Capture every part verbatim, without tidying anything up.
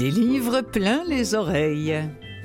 Des livres plein les oreilles.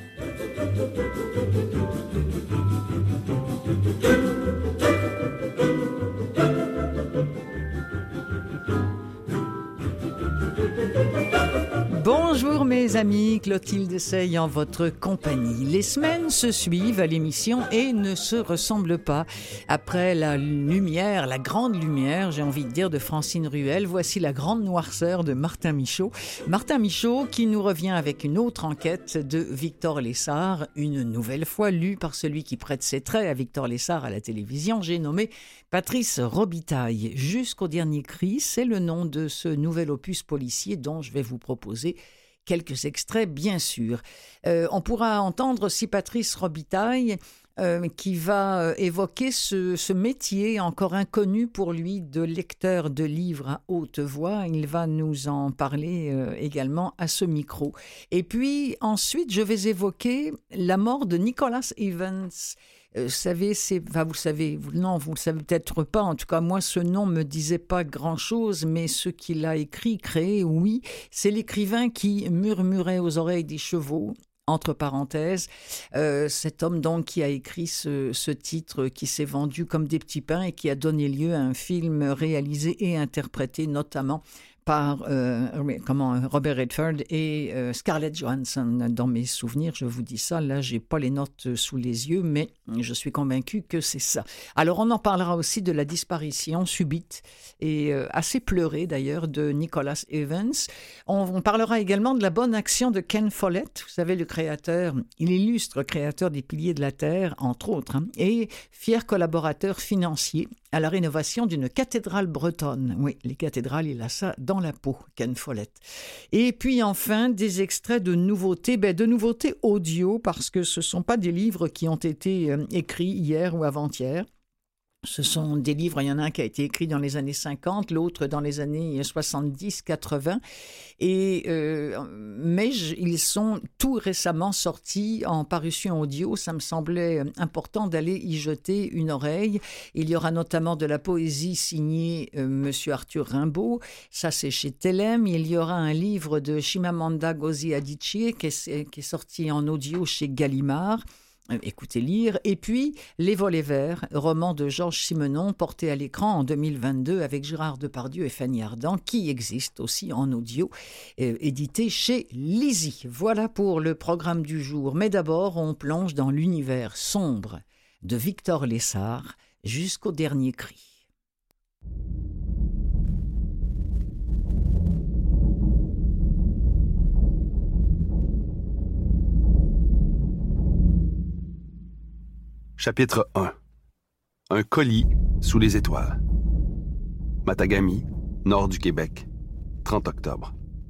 Bonjour mes amis, Clotilde Sey en votre compagnie. Les semaines se suivent à l'émission et ne se ressemblent pas. Après la lumière, la grande lumière, j'ai envie de dire, de Francine Ruel, voici la grande noirceur de Martin Michaud. Martin Michaud qui nous revient avec une autre enquête de Victor Lessard, une nouvelle fois lue par celui qui prête ses traits à Victor Lessard à la télévision. J'ai nommé Patrice Robitaille. Jusqu'au dernier cri, c'est le nom de ce nouvel opus policier dont je vais vous proposer quelques extraits, bien sûr. Euh, on pourra entendre aussi Patrice Robitaille euh, qui va évoquer ce, ce métier encore inconnu pour lui de lecteur de livres à haute voix. Il va nous en parler euh, également à ce micro. Et puis ensuite, je vais évoquer la mort de Nicholas Evans. Vous savez, c'est, enfin, vous le savez, vous, non, vous le savez peut-être pas. En tout cas, moi, ce nom me disait pas grand-chose, mais ce qu'il a écrit, créé, oui, c'est l'écrivain qui murmurait aux oreilles des chevaux. Entre parenthèses, euh, cet homme donc qui a écrit ce, ce titre qui s'est vendu comme des petits pains et qui a donné lieu à un film réalisé et interprété notamment par euh, comment, Robert Redford et euh, Scarlett Johansson. Dans mes souvenirs, je vous dis ça, là, j'ai pas les notes sous les yeux, mais je suis convaincue que c'est ça. Alors, on en parlera aussi de la disparition subite et euh, assez pleurée, d'ailleurs, de Nicholas Evans. On, on parlera également de la bonne action de Ken Follett, vous savez, le créateur, l'illustre créateur des Piliers de la Terre, entre autres, hein, et fier collaborateur financier à la rénovation d'une cathédrale bretonne. Oui, les cathédrales, il a ça dans la peau, Ken Follett. Et puis enfin, des extraits de nouveautés, ben, de nouveautés audio, parce que ce ne sont pas des livres qui ont été euh, écrits hier ou avant-hier. Ce sont des livres, il y en a un qui a été écrit dans les années cinquante, l'autre dans les années soixante-dix quatre-vingts. Et, euh, mais ils sont tout récemment sortis en parution audio. Ça me semblait important d'aller y jeter une oreille. Il y aura notamment de la poésie signée euh, Monsieur Arthur Rimbaud. Ça, c'est chez Telem. Il y aura un livre de Chimamanda Ngozi Adichie qui est, qui est sorti en audio chez Gallimard. Écoutez lire. Et puis, Les Volets Verts, roman de Georges Simenon, porté à l'écran en deux mille vingt-deux avec Gérard Depardieu et Fanny Ardant, qui existe aussi en audio, euh, édité chez Lizzie. Voilà pour le programme du jour. Mais d'abord, on plonge dans l'univers sombre de Victor Lessard jusqu'au dernier cri. Chapitre un. Un colis sous les étoiles. Matagami, nord du Québec, trente octobre.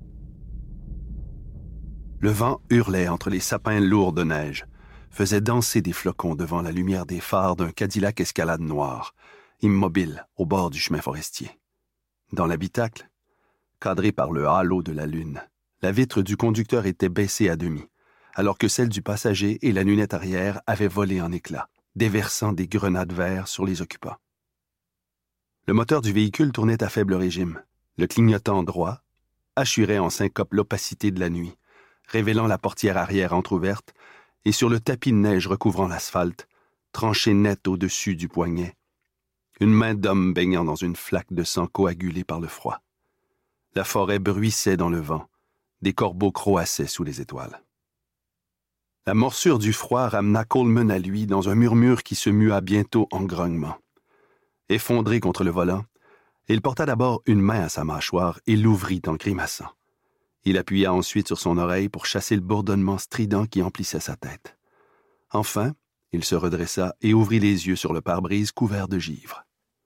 Le vent hurlait entre les sapins lourds de neige, faisait danser des flocons devant la lumière des phares d'un Cadillac Escalade noir, immobile au bord du chemin forestier. Dans l'habitacle, cadré par le halo de la lune, la vitre du conducteur était baissée à demi, alors que celle du passager et la lunette arrière avaient volé en éclats, déversant des grenades verts sur les occupants. Le moteur du véhicule tournait à faible régime. Le clignotant droit assurait en syncope l'opacité de la nuit, révélant la portière arrière entr'ouverte et sur le tapis de neige recouvrant l'asphalte, tranché net au-dessus du poignet, une main d'homme baignant dans une flaque de sang coagulée par le froid. La forêt bruissait dans le vent, des corbeaux croassaient sous les étoiles. La morsure du froid ramena Coleman à lui dans un murmure qui se mua bientôt en grognement. Effondré contre le volant, il porta d'abord une main à sa mâchoire et l'ouvrit en grimaçant. Il appuya ensuite sur son oreille pour chasser le bourdonnement strident qui emplissait sa tête. Enfin, il se redressa et ouvrit les yeux sur le pare-brise couvert de givre.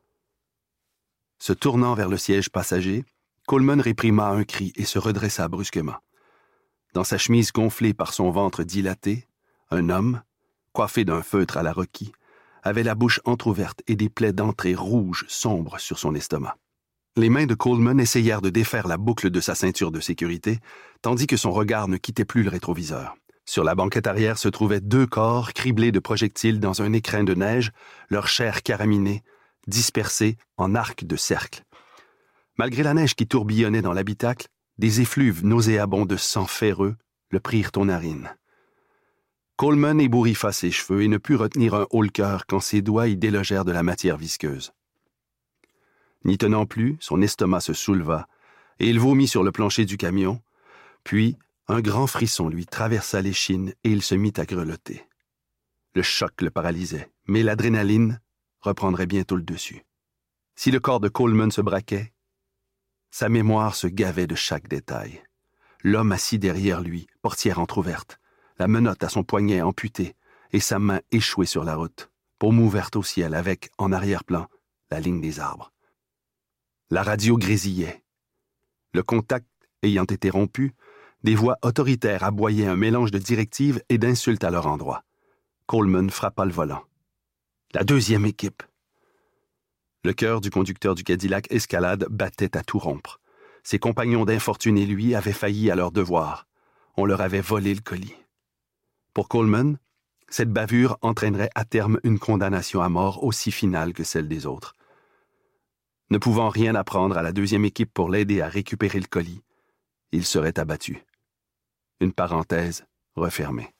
Se tournant vers le siège passager, Coleman réprima un cri et se redressa brusquement. Dans sa chemise gonflée par son ventre dilaté, un homme, coiffé d'un feutre à la Rocky, avait la bouche entr'ouverte et des plaies d'entrée rouges sombres sur son estomac. Les mains de Coleman essayèrent de défaire la boucle de sa ceinture de sécurité, tandis que son regard ne quittait plus le rétroviseur. Sur la banquette arrière se trouvaient deux corps criblés de projectiles dans un écrin de neige, leur chair caraminée, dispersée en arcs de cercle. Malgré la neige qui tourbillonnait dans l'habitacle, Des effluves nauséabonds de sang ferreux le prirent aux narines. Coleman ébouriffa ses cheveux et ne put retenir un haut-le-cœur quand ses doigts y délogèrent de la matière visqueuse. N'y tenant plus, son estomac se souleva et il vomit sur le plancher du camion, puis un grand frisson lui traversa l'échine et il se mit à grelotter. Le choc le paralysait, mais l'adrénaline reprendrait bientôt le dessus. Si le corps de Coleman se braquait, sa mémoire se gavait de chaque détail. L'homme assis derrière lui, portière entr'ouverte, la menotte à son poignet amputé et sa main échouée sur la route, paume ouverte au ciel avec, en arrière-plan, la ligne des arbres. La radio grésillait. Le contact ayant été rompu, des voix autoritaires aboyaient un mélange de directives et d'insultes à leur endroit. Coleman frappa le volant. La deuxième équipe. Le cœur du conducteur du Cadillac Escalade battait à tout rompre. Ses compagnons d'infortune et lui avaient failli à leur devoir. On leur avait volé le colis. Pour Coleman, cette bavure entraînerait à terme une condamnation à mort aussi finale que celle des autres. Ne pouvant rien apprendre à la deuxième équipe pour l'aider à récupérer le colis, il serait abattu. Une parenthèse refermée.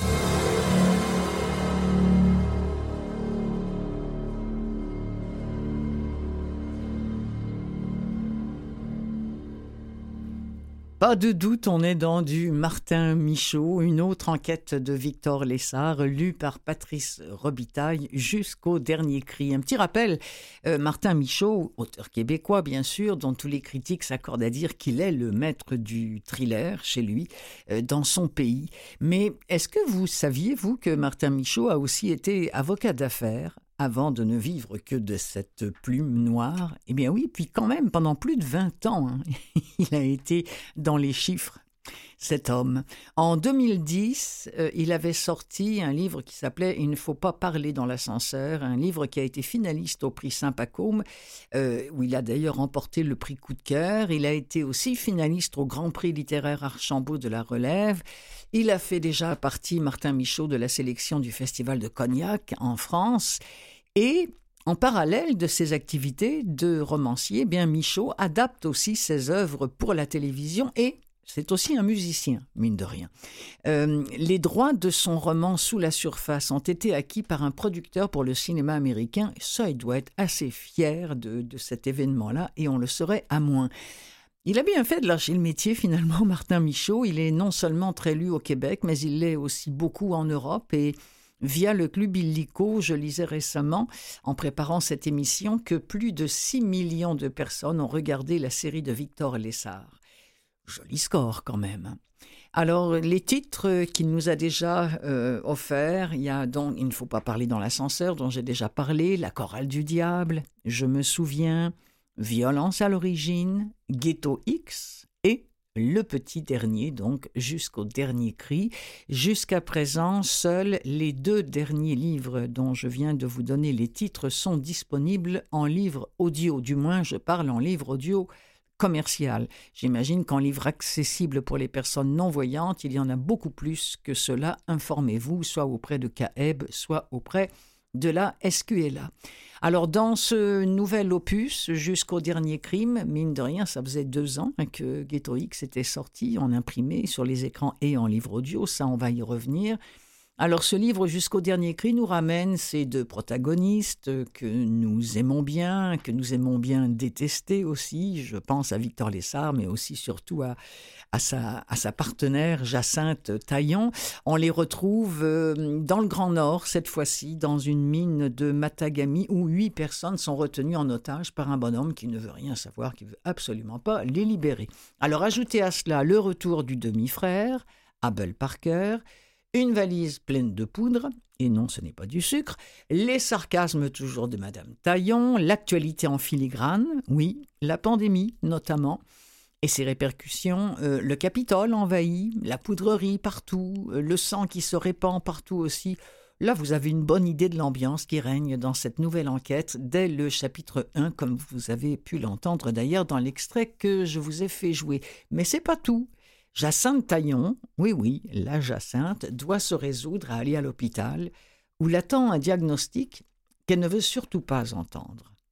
Pas de doute, on est dans du Martin Michaud, une autre enquête de Victor Lessard, lue par Patrice Robitaille jusqu'au dernier cri. Un petit rappel, euh, Martin Michaud, auteur québécois bien sûr, dont tous les critiques s'accordent à dire qu'il est le maître du thriller chez lui, euh, dans son pays. Mais est-ce que vous saviez, vous, que Martin Michaud a aussi été avocat d'affaires avant de ne vivre que de cette plume noire? Eh bien oui, puis quand même, pendant plus de vingt ans, hein, il a été dans les chiffres, cet homme. En deux mille dix, euh, il avait sorti un livre qui s'appelait « Il ne faut pas parler dans l'ascenseur », un livre qui a été finaliste au prix Saint-Pacôme, euh, où il a d'ailleurs remporté le prix Coup de cœur. Il a été aussi finaliste au Grand Prix littéraire Archambault de la Relève. Il a fait déjà partie, Martin Michaud, de la sélection du Festival de Cognac en France. Et en parallèle de ses activités de romancier, eh bien Michaud adapte aussi ses œuvres pour la télévision et c'est aussi un musicien, mine de rien. Euh, les droits de son roman « Sous la surface » ont été acquis par un producteur pour le cinéma américain. Ça, il doit être assez fier de, de cet événement-là et on le serait à moins. Il a bien fait de lâcher le métier finalement, Martin Michaud. Il est non seulement très lu au Québec, mais il l'est aussi beaucoup en Europe et via le Club Illico, je lisais récemment, en préparant cette émission, que plus de six millions de personnes ont regardé la série de Victor Lessard. Joli score quand même. Alors, les titres qu'il nous a déjà euh, offerts, il y a donc « Il ne faut pas parler dans l'ascenseur » dont j'ai déjà parlé, « La chorale du diable »,« Je me souviens »,« Violence à l'origine »,« Ghetto X » et le petit dernier, donc jusqu'au dernier cri. Jusqu'à présent, seuls les deux derniers livres dont je viens de vous donner les titres sont disponibles en livre audio. Du moins, je parle en livre audio commercial. J'imagine qu'en livre accessible pour les personnes non-voyantes, il y en a beaucoup plus que cela. Informez-vous, soit auprès de C A E B, soit auprès de la S Q L A. Alors, dans ce nouvel opus, jusqu'au dernier crime, mine de rien, ça faisait deux ans que Ghetto X était sorti en imprimé sur les écrans et en livre audio. Ça, on va y revenir. Alors, ce livre, Jusqu'au dernier cri, nous ramène ces deux protagonistes que nous aimons bien, que nous aimons bien détester aussi. Je pense à Victor Lessard, mais aussi surtout à, à, sa, à sa partenaire Jacinthe Taillon. On les retrouve dans le Grand Nord, cette fois-ci, dans une mine de Matagami, où huit personnes sont retenues en otage par un bonhomme qui ne veut rien savoir, qui ne veut absolument pas les libérer. Alors, ajoutez à cela le retour du demi-frère, Abel Parker, une valise pleine de poudre, et non, ce n'est pas du sucre, les sarcasmes toujours de Madame Taillon, l'actualité en filigrane, oui, la pandémie notamment, et ses répercussions, euh, le Capitole envahi, la poudrerie partout, euh, le sang qui se répand partout aussi. Là, vous avez une bonne idée de l'ambiance qui règne dans cette nouvelle enquête dès le chapitre un, comme vous avez pu l'entendre d'ailleurs dans l'extrait que je vous ai fait jouer. Mais c'est pas tout. Jacinthe Taillon, oui, oui, la Jacinthe, doit se résoudre à aller à l'hôpital où l'attend un diagnostic qu'elle ne veut surtout pas entendre.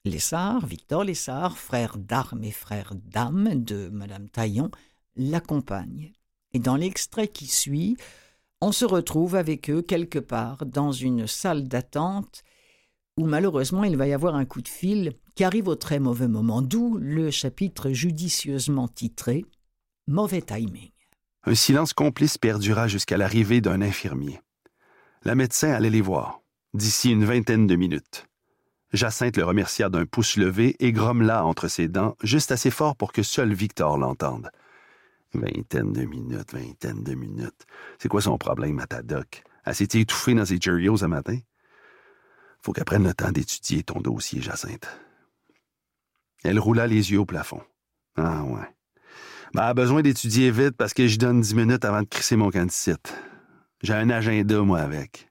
Lessard, Victor Lessard, frère d'armes et frère d'âme de Madame Taillon, l'accompagne. Et dans l'extrait qui suit, on se retrouve avec eux quelque part dans une salle d'attente où malheureusement il va y avoir un coup de fil qui arrive au très mauvais moment, d'où le chapitre judicieusement titré « Mauvais timing ». Un silence complice perdura jusqu'à l'arrivée d'un infirmier. La médecin allait les voir, d'ici une vingtaine de minutes. Jacinthe le remercia d'un pouce levé et grommela entre ses dents, juste assez fort pour que seul Victor l'entende. Vingtaine de minutes, vingtaine de minutes. C'est quoi son problème, à ta doc? Elle s'est étouffée dans ses Cheerios ce matin? Faut qu'elle prenne le temps d'étudier ton dossier, Jacinthe. Elle roula les yeux au plafond. Ah ouais. Ben, elle a besoin d'étudier vite parce que je donne dix minutes avant de crisser mon candidat. J'ai un agenda, moi, avec.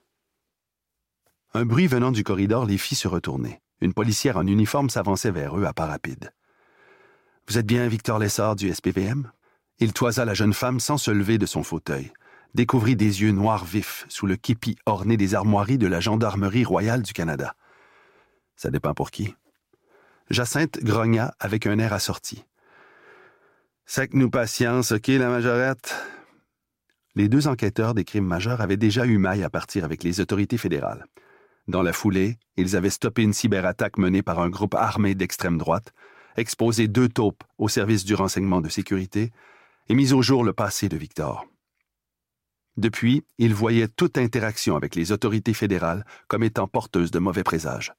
Un bruit venant du corridor les fit se retourner. Une policière en uniforme s'avançait vers eux à pas rapide. « Vous êtes bien Victor Lessard du S P V M ?» Il toisa la jeune femme sans se lever de son fauteuil, découvrit des yeux noirs vifs sous le képi orné des armoiries de la Gendarmerie royale du Canada. « Ça dépend pour qui. » Jacinthe grogna avec un air assorti. « Sac-nous patience, OK, la majorette? » Les deux enquêteurs des crimes majeurs avaient déjà eu maille à partir avec les autorités fédérales. Dans la foulée, ils avaient stoppé une cyberattaque menée par un groupe armé d'extrême droite, exposé deux taupes au service du renseignement de sécurité et mis au jour le passé de Victor. Depuis, ils voyaient toute interaction avec les autorités fédérales comme étant porteuse de mauvais présages.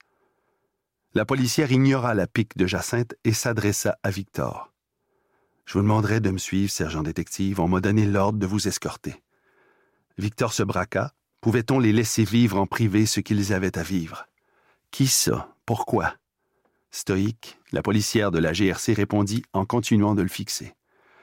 La policière ignora la pique de Jacinthe et s'adressa à Victor. « Je vous demanderai de me suivre, sergent détective. On m'a donné l'ordre de vous escorter. » Victor se braqua. Pouvait-on les laisser vivre en privé ce qu'ils avaient à vivre? Qui ça? Pourquoi? Stoïque, la policière de la G R C répondit en continuant de le fixer.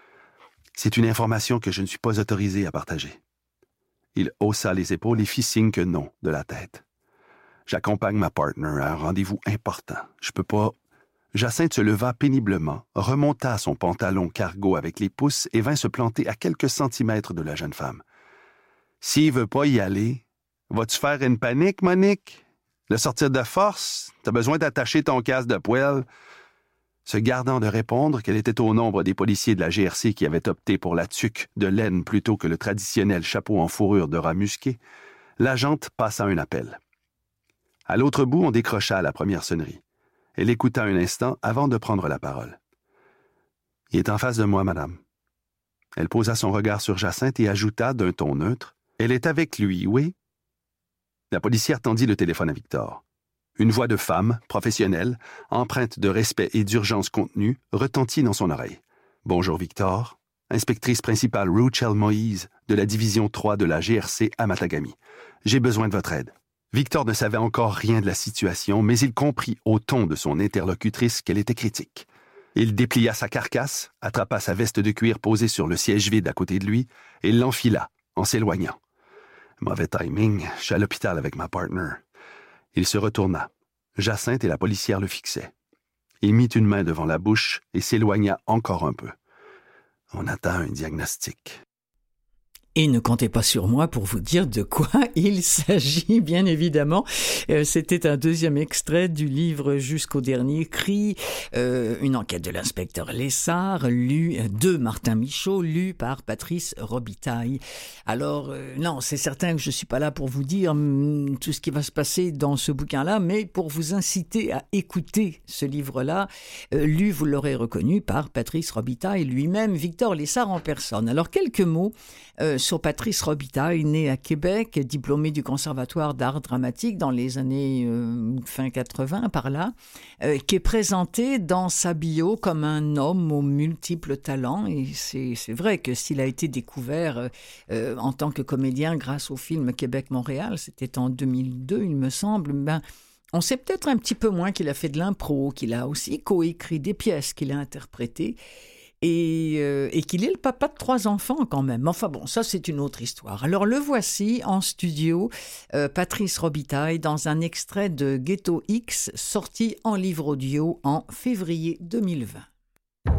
C'est une information que je ne suis pas autorisé à partager. Il haussa les épaules et fit signe que non de la tête. J'accompagne ma partner à un rendez-vous important. Je peux pas... Jacinthe se leva péniblement, remonta son pantalon cargo avec les pouces et vint se planter à quelques centimètres de la jeune femme. S'il veut pas y aller, vas-tu faire une panique, Monique? Le sortir de force? T'as besoin d'attacher ton casque de poêle? Se gardant de répondre qu'elle était au nombre des policiers de la G R C qui avaient opté pour la tuque de laine plutôt que le traditionnel chapeau en fourrure de rat musqué, l'agente passa un appel. À l'autre bout, on décrocha à la première sonnerie. Elle écouta un instant avant de prendre la parole. « Il est en face de moi, madame. » Elle posa son regard sur Jacinthe et ajouta d'un ton neutre. « Elle est avec lui, oui? » La policière tendit le téléphone à Victor. Une voix de femme, professionnelle, empreinte de respect et d'urgence contenue, retentit dans son oreille. « Bonjour, Victor. Inspectrice principale Ruchel Moïse de la division trois de la G R C à Matagami. J'ai besoin de votre aide. » Victor ne savait encore rien de la situation, mais il comprit au ton de son interlocutrice qu'elle était critique. Il déplia sa carcasse, attrapa sa veste de cuir posée sur le siège vide à côté de lui et l'enfila en s'éloignant. Mauvais timing, je suis à l'hôpital avec ma partner. Il se retourna. Jacinthe et la policière le fixaient. Il mit une main devant la bouche et s'éloigna encore un peu. On attend un diagnostic. Et ne comptez pas sur moi pour vous dire de quoi il s'agit, bien évidemment. Euh, c'était un deuxième extrait du livre Jusqu'au dernier cri, euh, une enquête de l'inspecteur Lessard, lu de Martin Michaud, lu par Patrice Robitaille. Alors, euh, non, c'est certain que je ne suis pas là pour vous dire hum, tout ce qui va se passer dans ce bouquin-là, mais pour vous inciter à écouter ce livre-là, euh, lu, vous l'aurez reconnu, par Patrice Robitaille lui-même, Victor Lessard en personne. Alors, quelques mots euh, sur Patrice Robitaille, né à Québec, diplômé du Conservatoire d'art dramatique dans les années euh, fin quatre-vingts, par là, euh, qui est présenté dans sa bio comme un homme aux multiples talents. Et c'est, c'est vrai que s'il a été découvert euh, en tant que comédien grâce au film Québec-Montréal, c'était en deux mille deux, il me semble, ben, on sait peut-être un petit peu moins qu'il a fait de l'impro, qu'il a aussi coécrit des pièces qu'il a interprétées. Et, euh, et qu'il est le papa de trois enfants quand même. Enfin bon, ça c'est une autre histoire. Alors le voici en studio, euh, Patrice Robitaille, dans un extrait de Ghetto X, sorti en livre audio en février deux mille vingt.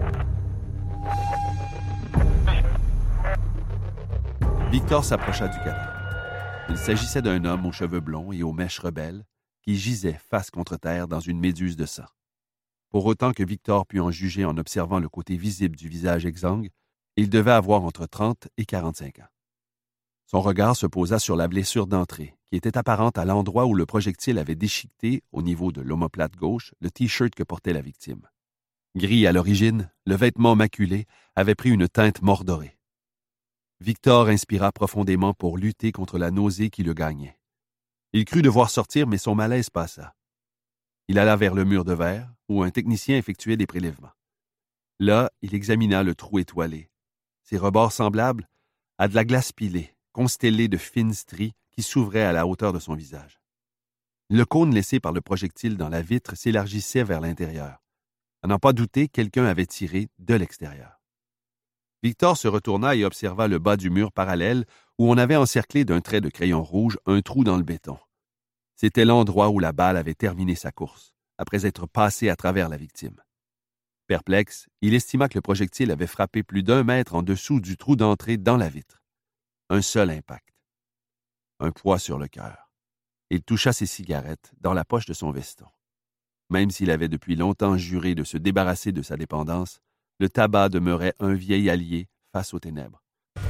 Victor s'approcha du cadavre. Il s'agissait d'un homme aux cheveux blonds et aux mèches rebelles qui gisait face contre terre dans une méduse de sang. Pour autant que Victor put en juger en observant le côté visible du visage exsangue, il devait avoir entre trente et quarante-cinq ans. Son regard se posa sur la blessure d'entrée, qui était apparente à l'endroit où le projectile avait déchiqueté, au niveau de l'omoplate gauche, le T-shirt que portait la victime. Gris à l'origine, le vêtement maculé avait pris une teinte mordorée. Victor inspira profondément pour lutter contre la nausée qui le gagnait. Il crut devoir sortir, mais son malaise passa. Il alla vers le mur de verre, où un technicien effectuait des prélèvements. Là, il examina le trou étoilé. Ses rebords semblables à de la glace pilée, constellée de fines stries qui s'ouvraient à la hauteur de son visage. Le cône laissé par le projectile dans la vitre s'élargissait vers l'intérieur. À n'en pas douter, quelqu'un avait tiré de l'extérieur. Victor se retourna et observa le bas du mur parallèle où on avait encerclé d'un trait de crayon rouge un trou dans le béton. C'était l'endroit où la balle avait terminé sa course, après être passée à travers la victime. Perplexe, il estima que le projectile avait frappé plus d'un mètre en dessous du trou d'entrée dans la vitre. Un seul impact. Un poids sur le cœur. Il toucha ses cigarettes dans la poche de son veston. Même s'il avait depuis longtemps juré de se débarrasser de sa dépendance, le tabac demeurait un vieil allié face aux ténèbres.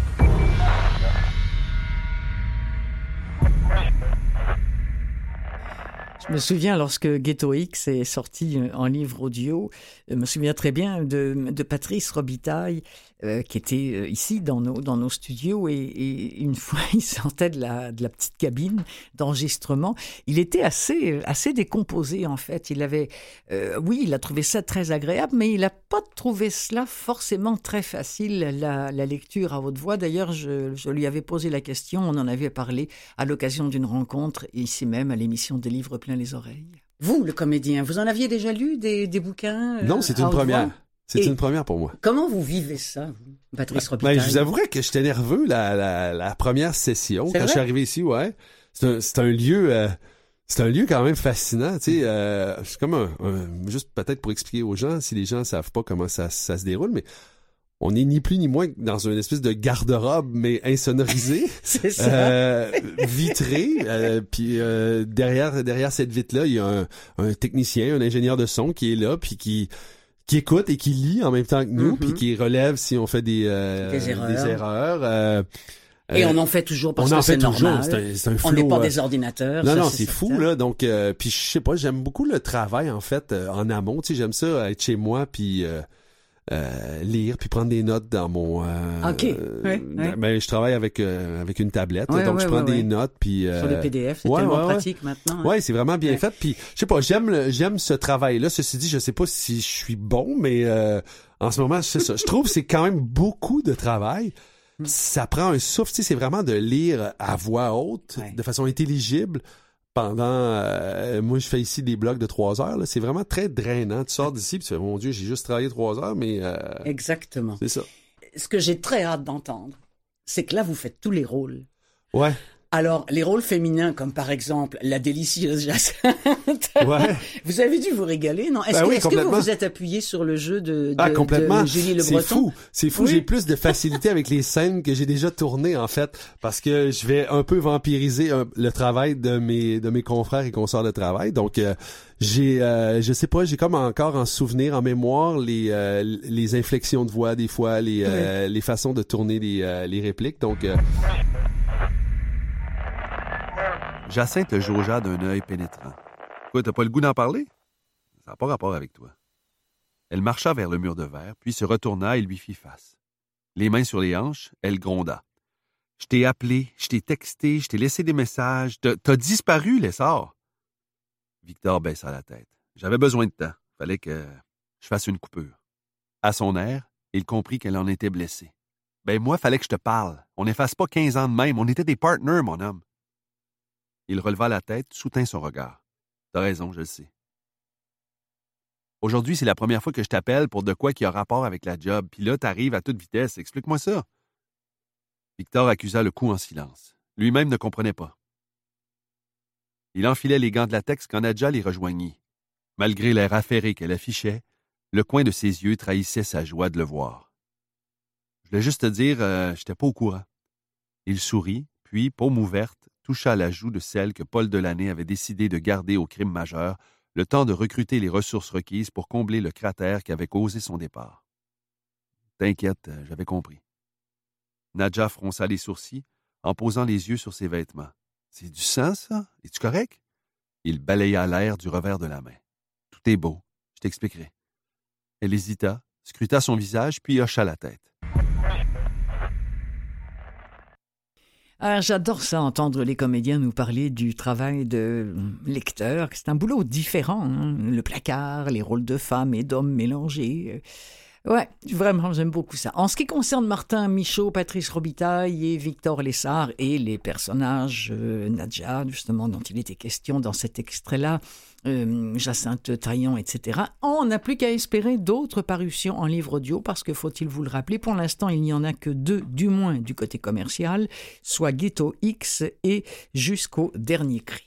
Je me souviens, lorsque Ghetto X est sorti en livre audio, je me souviens très bien de, de Patrice Robitaille, euh, qui était euh, ici dans nos, dans nos studios, et, et une fois, il sortait de la, de la petite cabine d'enregistrement. Il était assez, assez décomposé, en fait. Il avait, euh, oui, il a trouvé ça très agréable, mais il n'a pas trouvé cela forcément très facile, la, la lecture à haute voix. D'ailleurs, je, je lui avais posé la question, on en avait parlé à l'occasion d'une rencontre, ici même, à l'émission des livres plein les oreilles. Vous, le comédien, vous en aviez déjà lu des, des bouquins euh, Non, c'est une première. Voix? C'est Et une première pour moi. Comment vous vivez ça, vous, Patrice Robitaille? Ben, je vous avouerais que j'étais nerveux la, la, la première session. C'est quand vrai? Je suis arrivé ici, ouais. C'est un, c'est un lieu... Euh, c'est un lieu quand même fascinant, tu sais. Euh, c'est comme un, un... Juste peut-être pour expliquer aux gens, si les gens savent pas comment ça, ça se déroule, mais... On est ni plus ni moins dans une espèce de garde-robe, mais insonorisée, c'est ça. Euh, vitrée. Euh, puis euh, derrière derrière cette vitre-là, il y a un, un technicien, un ingénieur de son qui est là, puis qui qui écoute et qui lit en même temps que nous, mm-hmm. puis qui relève si on fait des euh, des erreurs. Des erreurs euh, et on en fait toujours parce on que en fait c'est toujours. normal. C'est un, c'est un flow, on n'est pas euh... des ordinateurs. Non, ça, non, c'est, c'est certain. fou là. Donc, euh, puis je sais pas, j'aime beaucoup le travail en fait euh, en amont. Tu sais, j'aime ça être chez moi, puis euh, Euh, lire puis prendre des notes dans mon euh, OK. Euh, ouais, ouais. Ben, je travaille avec euh, avec une tablette ouais, donc ouais, je prends ouais, des ouais. notes puis euh, sur le P D F, c'est ouais, tellement ouais, pratique ouais. maintenant. Hein? Ouais, c'est vraiment bien ouais. fait puis je sais pas, j'aime le, j'aime ce travail là. Ceci dit, je sais pas si je suis bon, mais euh, en ce moment, c'est ça. Je trouve que c'est quand même beaucoup de travail. Ça prend un souffle, tu sais, c'est vraiment de lire à voix haute, ouais. de façon intelligible. Pendant, euh, moi je fais ici des blocs de trois heures, là. C'est vraiment très drainant. Tu sors d'ici, puis tu fais, mon Dieu, j'ai juste travaillé trois heures, mais euh, exactement. C'est ça. Ce que j'ai très hâte d'entendre, c'est que là vous faites tous les rôles. Ouais. Alors, les rôles féminins, comme par exemple la délicieuse Jacinthe, ouais. vous avez dû vous régaler, non? Est-ce, ben que, oui, est-ce que vous vous êtes appuyé sur le jeu de, de, ah, complètement. de Julie Le c'est Breton? Fou. C'est fou, oui. J'ai plus de facilité avec les scènes que j'ai déjà tournées, en fait, parce que je vais un peu vampiriser un, le travail de mes de mes confrères et consorts de travail. Donc, euh, j'ai, euh, je sais pas, j'ai comme encore en souvenir, en mémoire, les euh, les inflexions de voix, des fois, les, euh, oui. les façons de tourner les, euh, les répliques. Donc... Euh, Jacinthe le jaugea d'un œil pénétrant. « Quoi, t'as pas le goût d'en parler? Ça n'a pas rapport avec toi. » Elle marcha vers le mur de verre, puis se retourna et lui fit face. Les mains sur les hanches, elle gronda. « Je t'ai appelé, je t'ai texté, je t'ai laissé des messages. T'as, t'as disparu, Lessard. » Victor baissa la tête. « J'avais besoin de temps. Fallait que je fasse une coupure. » À son air, il comprit qu'elle en était blessée. « Ben moi, fallait que je te parle. On n'efface pas quinze ans de même. On était des partners, mon homme. » Il releva la tête, soutint son regard. « T'as raison, je le sais. Aujourd'hui, c'est la première fois que je t'appelle pour de quoi qui a rapport avec la job, puis là, t'arrives à toute vitesse. Explique-moi ça. » Victor accusa le coup en silence. Lui-même ne comprenait pas. Il enfilait les gants de latex quand Nadja les rejoignit. Malgré l'air affairé qu'elle affichait, le coin de ses yeux trahissait sa joie de le voir. « Je voulais juste te dire, euh, j'étais pas au courant. » Il sourit, puis, paume ouverte, toucha la joue de celle que Paul Delaney avait décidé de garder au crime majeur, le temps de recruter les ressources requises pour combler le cratère qui avait causé son départ. « T'inquiète, j'avais compris. » Nadja fronça les sourcils en posant les yeux sur ses vêtements. « C'est du sang, ça? Es-tu correct? » Il balaya l'air du revers de la main. « Tout est beau, je t'expliquerai. » Elle hésita, scruta son visage, puis hocha la tête. Ah, j'adore ça, entendre les comédiens nous parler du travail de lecteur. C'est un boulot différent, hein? Le placard, les rôles de femmes et d'hommes mélangés. Ouais, vraiment, j'aime beaucoup ça. En ce qui concerne Martin Michaud, Patrice Robitaille et Victor Lessard et les personnages euh, Nadja, justement, dont il était question dans cet extrait-là, euh, Jacinthe Taillon, et cetera, on n'a plus qu'à espérer d'autres parutions en livre audio parce que, faut-il vous le rappeler, pour l'instant, il n'y en a que deux, du moins du côté commercial, soit Ghetto X et Jusqu'au dernier cri.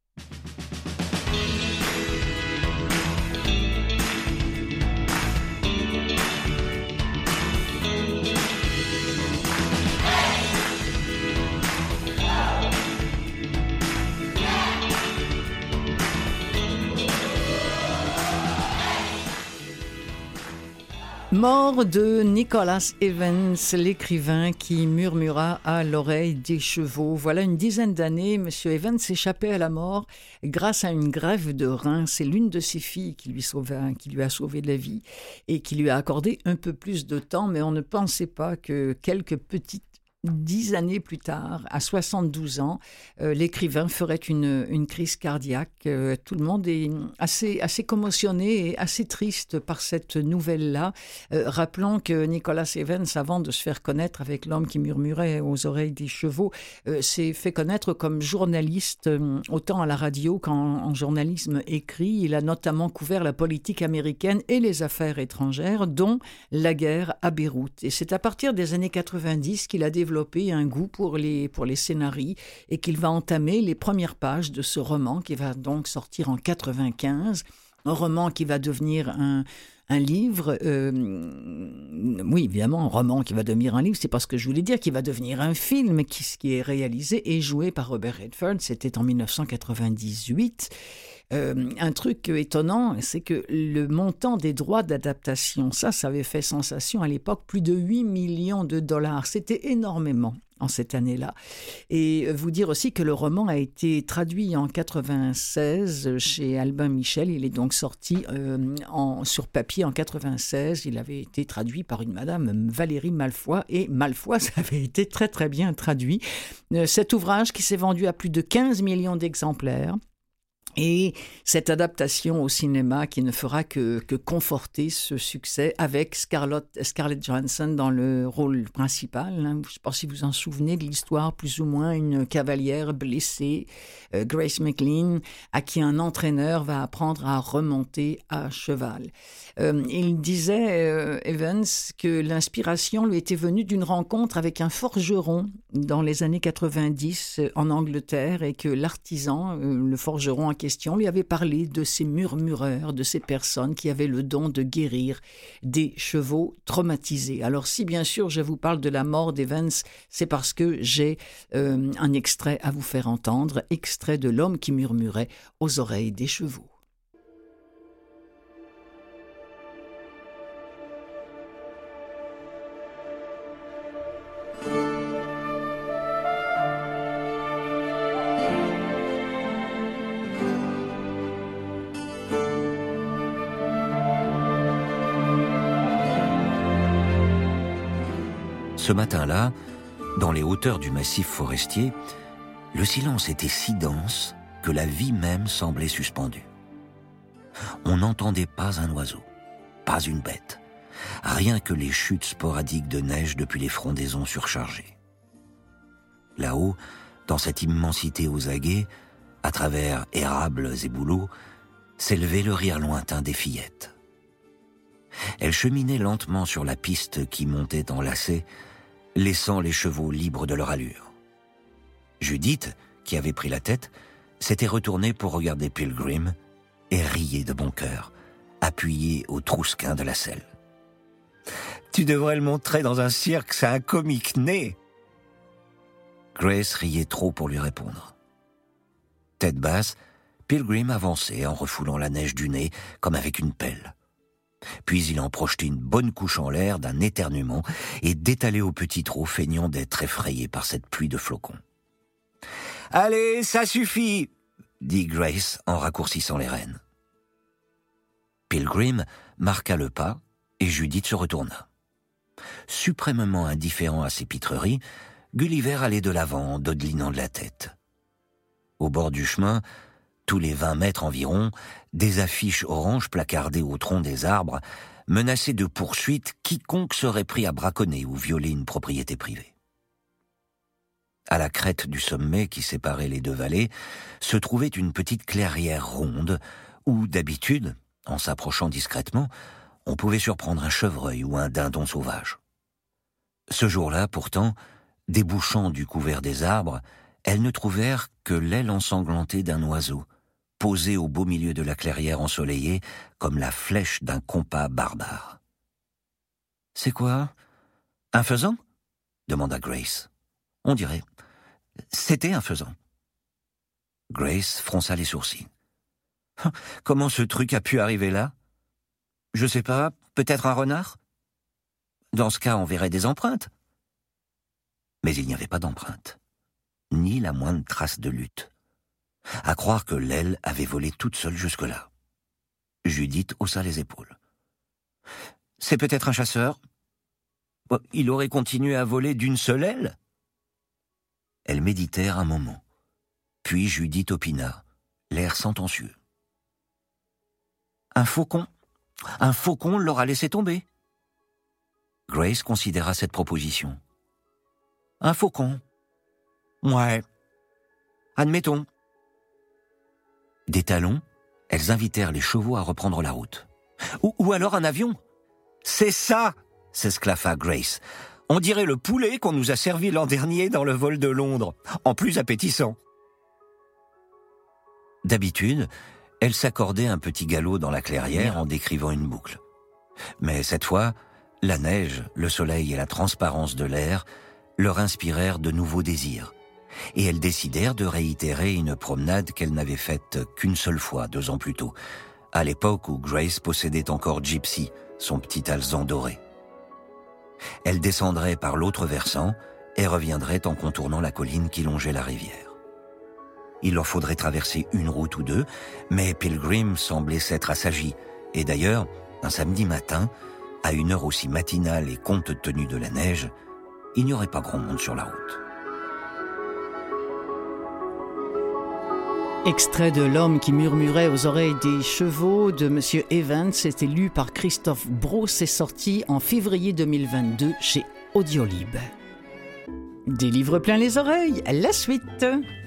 Mort de Nicholas Evans, l'écrivain qui murmura à l'oreille des chevaux. Voilà une dizaine d'années, M. Evans s'échappait à la mort grâce à une grève de reins. C'est l'une de ses filles qui lui, sauva, qui lui a sauvé la vie et qui lui a accordé un peu plus de temps, mais on ne pensait pas que quelques petites Dix années plus tard, à soixante-douze ans, euh, l'écrivain ferait une, une crise cardiaque. Euh, tout le monde est assez, assez commotionné et assez triste par cette nouvelle-là. Euh, rappelons que Nicholas Evans, avant de se faire connaître avec L'homme qui murmurait aux oreilles des chevaux, euh, s'est fait connaître comme journaliste, euh, autant à la radio qu'en en journalisme écrit. Il a notamment couvert la politique américaine et les affaires étrangères, dont la guerre à Beyrouth. Et c'est à partir des années quatre-vingt-dix qu'il a développé développé un goût pour les, pour les scénarios et qu'il va entamer les premières pages de ce roman qui va donc sortir en quatre-vingt-quinze. Un roman qui va devenir un, un livre. Euh, oui, évidemment, un roman qui va devenir un livre, c'est pas ce que je voulais dire, qui va devenir un film qui, qui est réalisé et joué par Robert Redford. C'était en dix-neuf cent quatre-vingt-dix-huit. Euh, un truc étonnant, c'est que le montant des droits d'adaptation, ça, ça avait fait sensation à l'époque, plus de huit millions de dollars. C'était énormément en cette année-là. Et vous dire aussi que le roman a été traduit en quatre-vingt-seize chez Albin Michel. Il est donc sorti euh, en, sur papier en quatre-vingt-seize. Il avait été traduit par une madame Valérie Malfoy. Et Malfoy, ça avait été très, très bien traduit. Euh, cet ouvrage qui s'est vendu à plus de quinze millions d'exemplaires. Et cette adaptation au cinéma qui ne fera que, que conforter ce succès avec Scarlett, Scarlett Johansson dans le rôle principal. Hein. Je ne sais pas si vous vous en souvenez de l'histoire, plus ou moins, une cavalière blessée, euh, Grace McLean, à qui un entraîneur va apprendre à remonter à cheval. Euh, il disait, euh, Evans, que l'inspiration lui était venue d'une rencontre avec un forgeron dans les années quatre-vingt-dix en Angleterre et que l'artisan, euh, le forgeron en question, lui avait parlé de ces murmureurs, de ces personnes qui avaient le don de guérir des chevaux traumatisés. Alors si bien sûr je vous parle de la mort d'Evans, c'est parce que j'ai euh, un extrait à vous faire entendre, extrait de L'homme qui murmurait aux oreilles des chevaux. Ce matin-là, dans les hauteurs du massif forestier, le silence était si dense que la vie même semblait suspendue. On n'entendait pas un oiseau, pas une bête, rien que les chutes sporadiques de neige depuis les frondaisons surchargées. Là-haut, dans cette immensité aux aguets, à travers érables et bouleaux, s'élevait le rire lointain des fillettes. Elles cheminaient lentement sur la piste qui montait en lacets, laissant les chevaux libres de leur allure. Judith, qui avait pris la tête, s'était retournée pour regarder Pilgrim et riait de bon cœur, appuyée au trousquin de la selle. « Tu devrais le montrer dans un cirque, c'est un comique né !» Grace riait trop pour lui répondre. Tête basse, Pilgrim avançait en refoulant la neige du nez comme avec une pelle. Puis il en projetait une bonne couche en l'air d'un éternuement et détalait au petit trot, feignant d'être effrayé par cette pluie de flocons. « Allez, ça suffit !» dit Grace en raccourcissant les rênes. Pilgrim marqua le pas et Judith se retourna. Suprêmement indifférent à ses pitreries, Gulliver allait de l'avant en dodelinant de la tête. Au bord du chemin, tous les vingt mètres environ, des affiches oranges placardées au tronc des arbres menaçaient de poursuite quiconque serait pris à braconner ou violer une propriété privée. À la crête du sommet qui séparait les deux vallées, se trouvait une petite clairière ronde où, d'habitude, en s'approchant discrètement, on pouvait surprendre un chevreuil ou un dindon sauvage. Ce jour-là, pourtant, débouchant du couvert des arbres, elles ne trouvèrent que l'aile ensanglantée d'un oiseau, posé au beau milieu de la clairière ensoleillée comme la flèche d'un compas barbare. « C'est quoi? Un faisan ?» demanda Grace. « On dirait. C'était un faisan. » Grace fronça les sourcils. « Comment ce truc a pu arriver là? Je sais pas, peut-être un renard? Dans ce cas, on verrait des empreintes. » Mais il n'y avait pas d'empreinte, ni la moindre trace de lutte. À croire que l'aile avait volé toute seule jusque-là. Judith haussa les épaules. « C'est peut-être un chasseur? Il aurait continué à voler d'une seule aile ?» Elles méditèrent un moment. Puis Judith opina, l'air sentencieux. « Un faucon? Un faucon l'aura laissé tomber. » Grace considéra cette proposition. « Un faucon? Ouais. Admettons. » Des talons, elles invitèrent les chevaux à reprendre la route. Ou, ou alors un avion. « C'est ça !» s'esclaffa Grace. « On dirait le poulet qu'on nous a servi l'an dernier dans le vol de Londres, en plus appétissant. » D'habitude, elle s'accordait un petit galop dans la clairière en décrivant une boucle. Mais cette fois, la neige, le soleil et la transparence de l'air leur inspirèrent de nouveaux désirs, et elles décidèrent de réitérer une promenade qu'elles n'avaient faite qu'une seule fois, deux ans plus tôt, à l'époque où Grace possédait encore Gypsy, son petit alezan doré. Elles descendraient par l'autre versant et reviendraient en contournant la colline qui longeait la rivière. Il leur faudrait traverser une route ou deux, mais Pilgrim semblait s'être assagi, et d'ailleurs, un samedi matin, à une heure aussi matinale et compte tenu de la neige, il n'y aurait pas grand monde sur la route. Extrait de L'homme qui murmurait aux oreilles des chevaux de Monsieur Evans, c'était lu par Christophe Brault, c'est sorti en février deux mille vingt-deux chez Audiolib. Des livres plein les oreilles, la suite.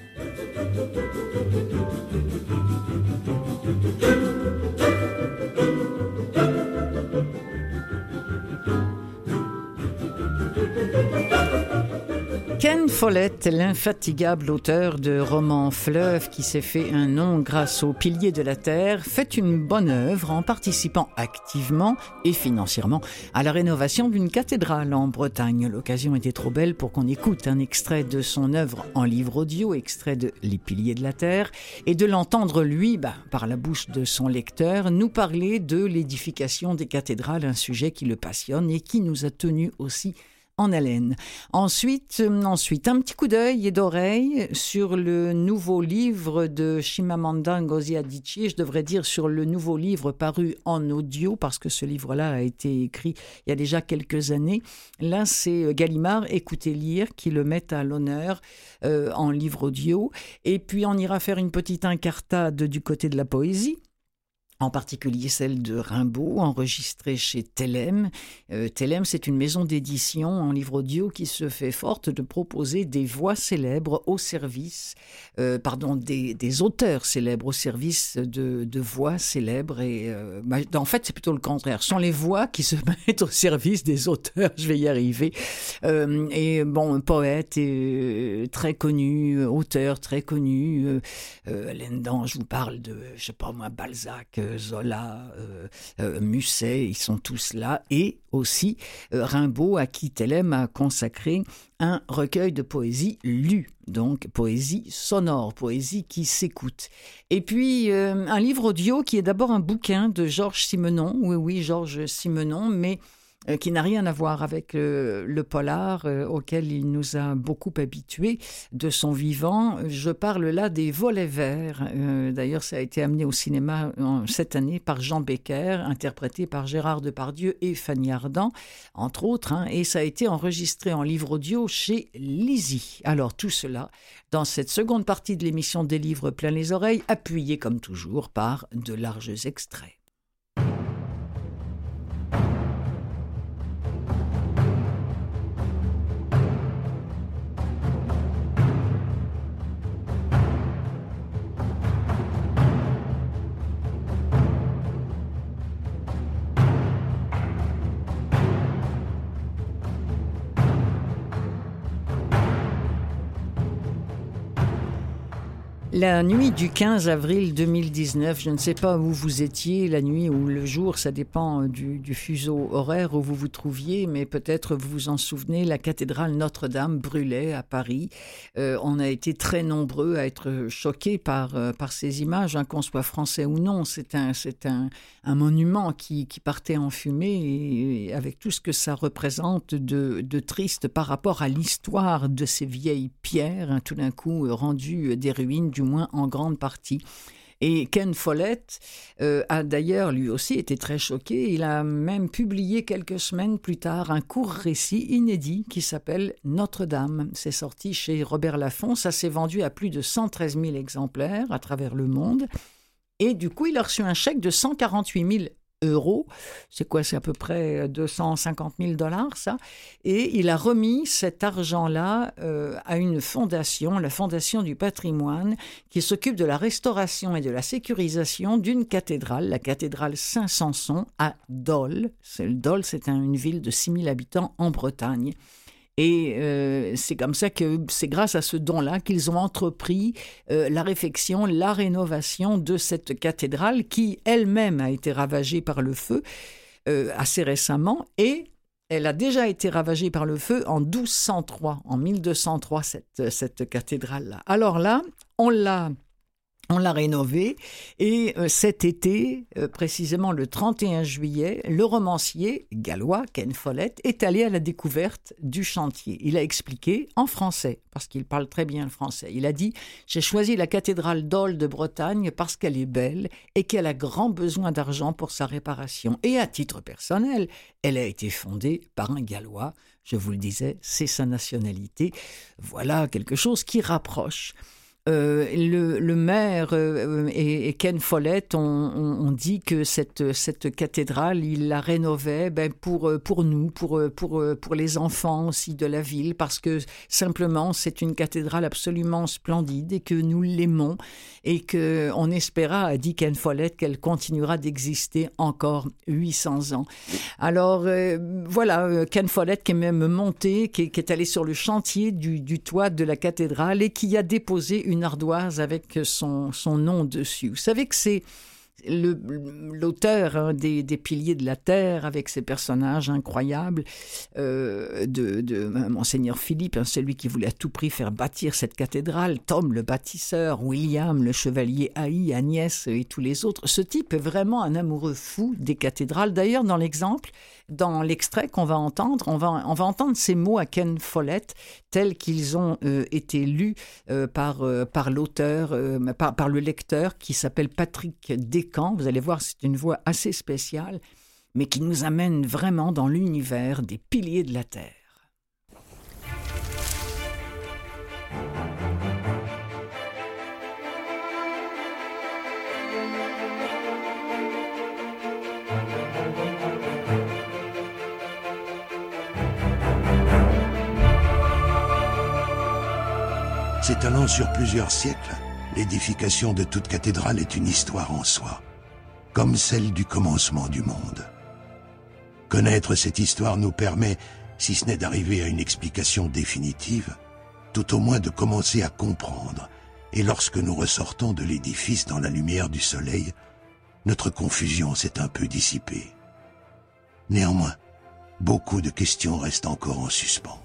Ken Follett, l'infatigable auteur de romans fleuves qui s'est fait un nom grâce aux piliers de la terre, fait une bonne œuvre en participant activement et financièrement à la rénovation d'une cathédrale en Bretagne. L'occasion était trop belle pour qu'on écoute un extrait de son œuvre en livre audio, extrait de Les piliers de la terre, et de l'entendre lui, bah, par la bouche de son lecteur, nous parler de l'édification des cathédrales, un sujet qui le passionne et qui nous a tenus aussi en haleine. Ensuite, euh, ensuite, un petit coup d'œil et d'oreille sur le nouveau livre de Chimamanda Ngozi Adichie, je devrais dire sur le nouveau livre paru en audio, parce que ce livre-là a été écrit il y a déjà quelques années. Là, c'est Gallimard, Écoutez lire, qui le met à l'honneur euh, en livre audio. Et puis, on ira faire une petite incartade du côté de la poésie, en particulier celle de Rimbaud, enregistrée chez Tellem. Euh, Tellem, c'est une maison d'édition en livre audio qui se fait forte de proposer des voix célèbres au service, euh, pardon, des, des auteurs célèbres au service de, de voix célèbres. Et, euh, bah, en fait, c'est plutôt le contraire. Ce sont les voix qui se mettent au service des auteurs, je vais y arriver. Euh, et bon, un poète et, euh, très connu, auteur très connu. Euh, euh, là-dedans, je vous parle de, je sais pas moi, Balzac, euh, euh, Zola, euh, euh, Musset, ils sont tous là, et aussi euh, Rimbaud, à qui Tellem a consacré un recueil de poésie lue, donc poésie sonore, poésie qui s'écoute. Et puis euh, un livre audio qui est d'abord un bouquin de Georges Simenon, oui oui Georges Simenon, mais euh, qui n'a rien à voir avec euh, le polar euh, auquel il nous a beaucoup habitués de son vivant. Je parle là des Volets verts. Euh, d'ailleurs, ça a été amené au cinéma en, cette année par Jean Becker, interprété par Gérard Depardieu et Fanny Ardant, entre autres, hein, et ça a été enregistré en livre audio chez Lizzie. Alors tout cela dans cette seconde partie de l'émission Des livres plein les oreilles, appuyée comme toujours par de larges extraits. La nuit du quinze avril deux mille dix-neuf, je ne sais pas où vous étiez, la nuit ou le jour, ça dépend du, du fuseau horaire où vous vous trouviez, mais peut-être vous vous en souvenez, la cathédrale Notre-Dame brûlait à Paris. Euh, on a été très nombreux à être choqués par, euh, par ces images, hein, qu'on soit français ou non. C'est un, c'est un, un monument qui, qui partait en fumée, et, et avec tout ce que ça représente de, de triste par rapport à l'histoire de ces vieilles pierres, hein, tout d'un coup rendues des ruines, du moins en grande partie. Et Ken Follett euh, a d'ailleurs lui aussi été très choqué. Il a même publié quelques semaines plus tard un court récit inédit qui s'appelle Notre-Dame. C'est sorti chez Robert Laffont. Ça s'est vendu à plus de cent treize mille exemplaires à travers le monde. Et du coup, il a reçu un chèque de cent quarante-huit mille euros. C'est quoi? C'est à peu près deux cent cinquante mille dollars, ça. Et il a remis cet argent-là euh, à une fondation, la Fondation du patrimoine, qui s'occupe de la restauration et de la sécurisation d'une cathédrale, la cathédrale Saint-Samson à Dole. C'est, Dole, c'est un, une ville de six mille habitants en Bretagne. Et euh, c'est comme ça que c'est grâce à ce don-là qu'ils ont entrepris euh, la réfection, la rénovation de cette cathédrale qui elle-même a été ravagée par le feu euh, assez récemment, et elle a déjà été ravagée par le feu en douze cent trois, en mille deux cent trois, cette, cette cathédrale-là. Alors là, on l'a On l'a rénové, et euh, cet été, euh, précisément le trente et un juillet, le romancier gallois Ken Follett est allé à la découverte du chantier. Il a expliqué en français, parce qu'il parle très bien le français. Il a dit « J'ai choisi la cathédrale Dole de Bretagne parce qu'elle est belle et qu'elle a grand besoin d'argent pour sa réparation. Et à titre personnel, elle a été fondée par un Gallois. Je vous le disais, c'est sa nationalité. Voilà quelque chose qui rapproche. » Euh, le, le maire euh, et, et Ken Follett ont, ont, ont dit que cette, cette cathédrale, il la rénovait ben, pour, pour nous, pour, pour, pour les enfants aussi de la ville, parce que simplement c'est une cathédrale absolument splendide et que nous l'aimons, et qu'on espéra, a dit Ken Follett, qu'elle continuera d'exister encore huit cents ans. Alors euh, voilà, Ken Follett qui est même monté, qui, qui est allé sur le chantier du, du toit de la cathédrale et qui a déposé une une ardoise avec son, son nom dessus. Vous savez que c'est le, l'auteur hein, des, des Piliers de la Terre, avec ses personnages incroyables, euh, de, de Monseigneur Philippe, hein, celui qui voulait à tout prix faire bâtir cette cathédrale, Tom le bâtisseur, William le chevalier haï, Agnès et tous les autres. Ce type est vraiment un amoureux fou des cathédrales. D'ailleurs, dans l'exemple, dans l'extrait qu'on va entendre, on va, on va entendre ces mots à Ken Follett tels qu'ils ont euh, été lus euh, par, euh, par l'auteur, euh, par, par le lecteur qui s'appelle Patrick Descamps. Vous allez voir, c'est une voix assez spéciale, mais qui nous amène vraiment dans l'univers des Piliers de la Terre. S'étalant sur plusieurs siècles, l'édification de toute cathédrale est une histoire en soi, comme celle du commencement du monde. Connaître cette histoire nous permet, si ce n'est d'arriver à une explication définitive, tout au moins de commencer à comprendre, et lorsque nous ressortons de l'édifice dans la lumière du soleil, notre confusion s'est un peu dissipée. Néanmoins, beaucoup de questions restent encore en suspens.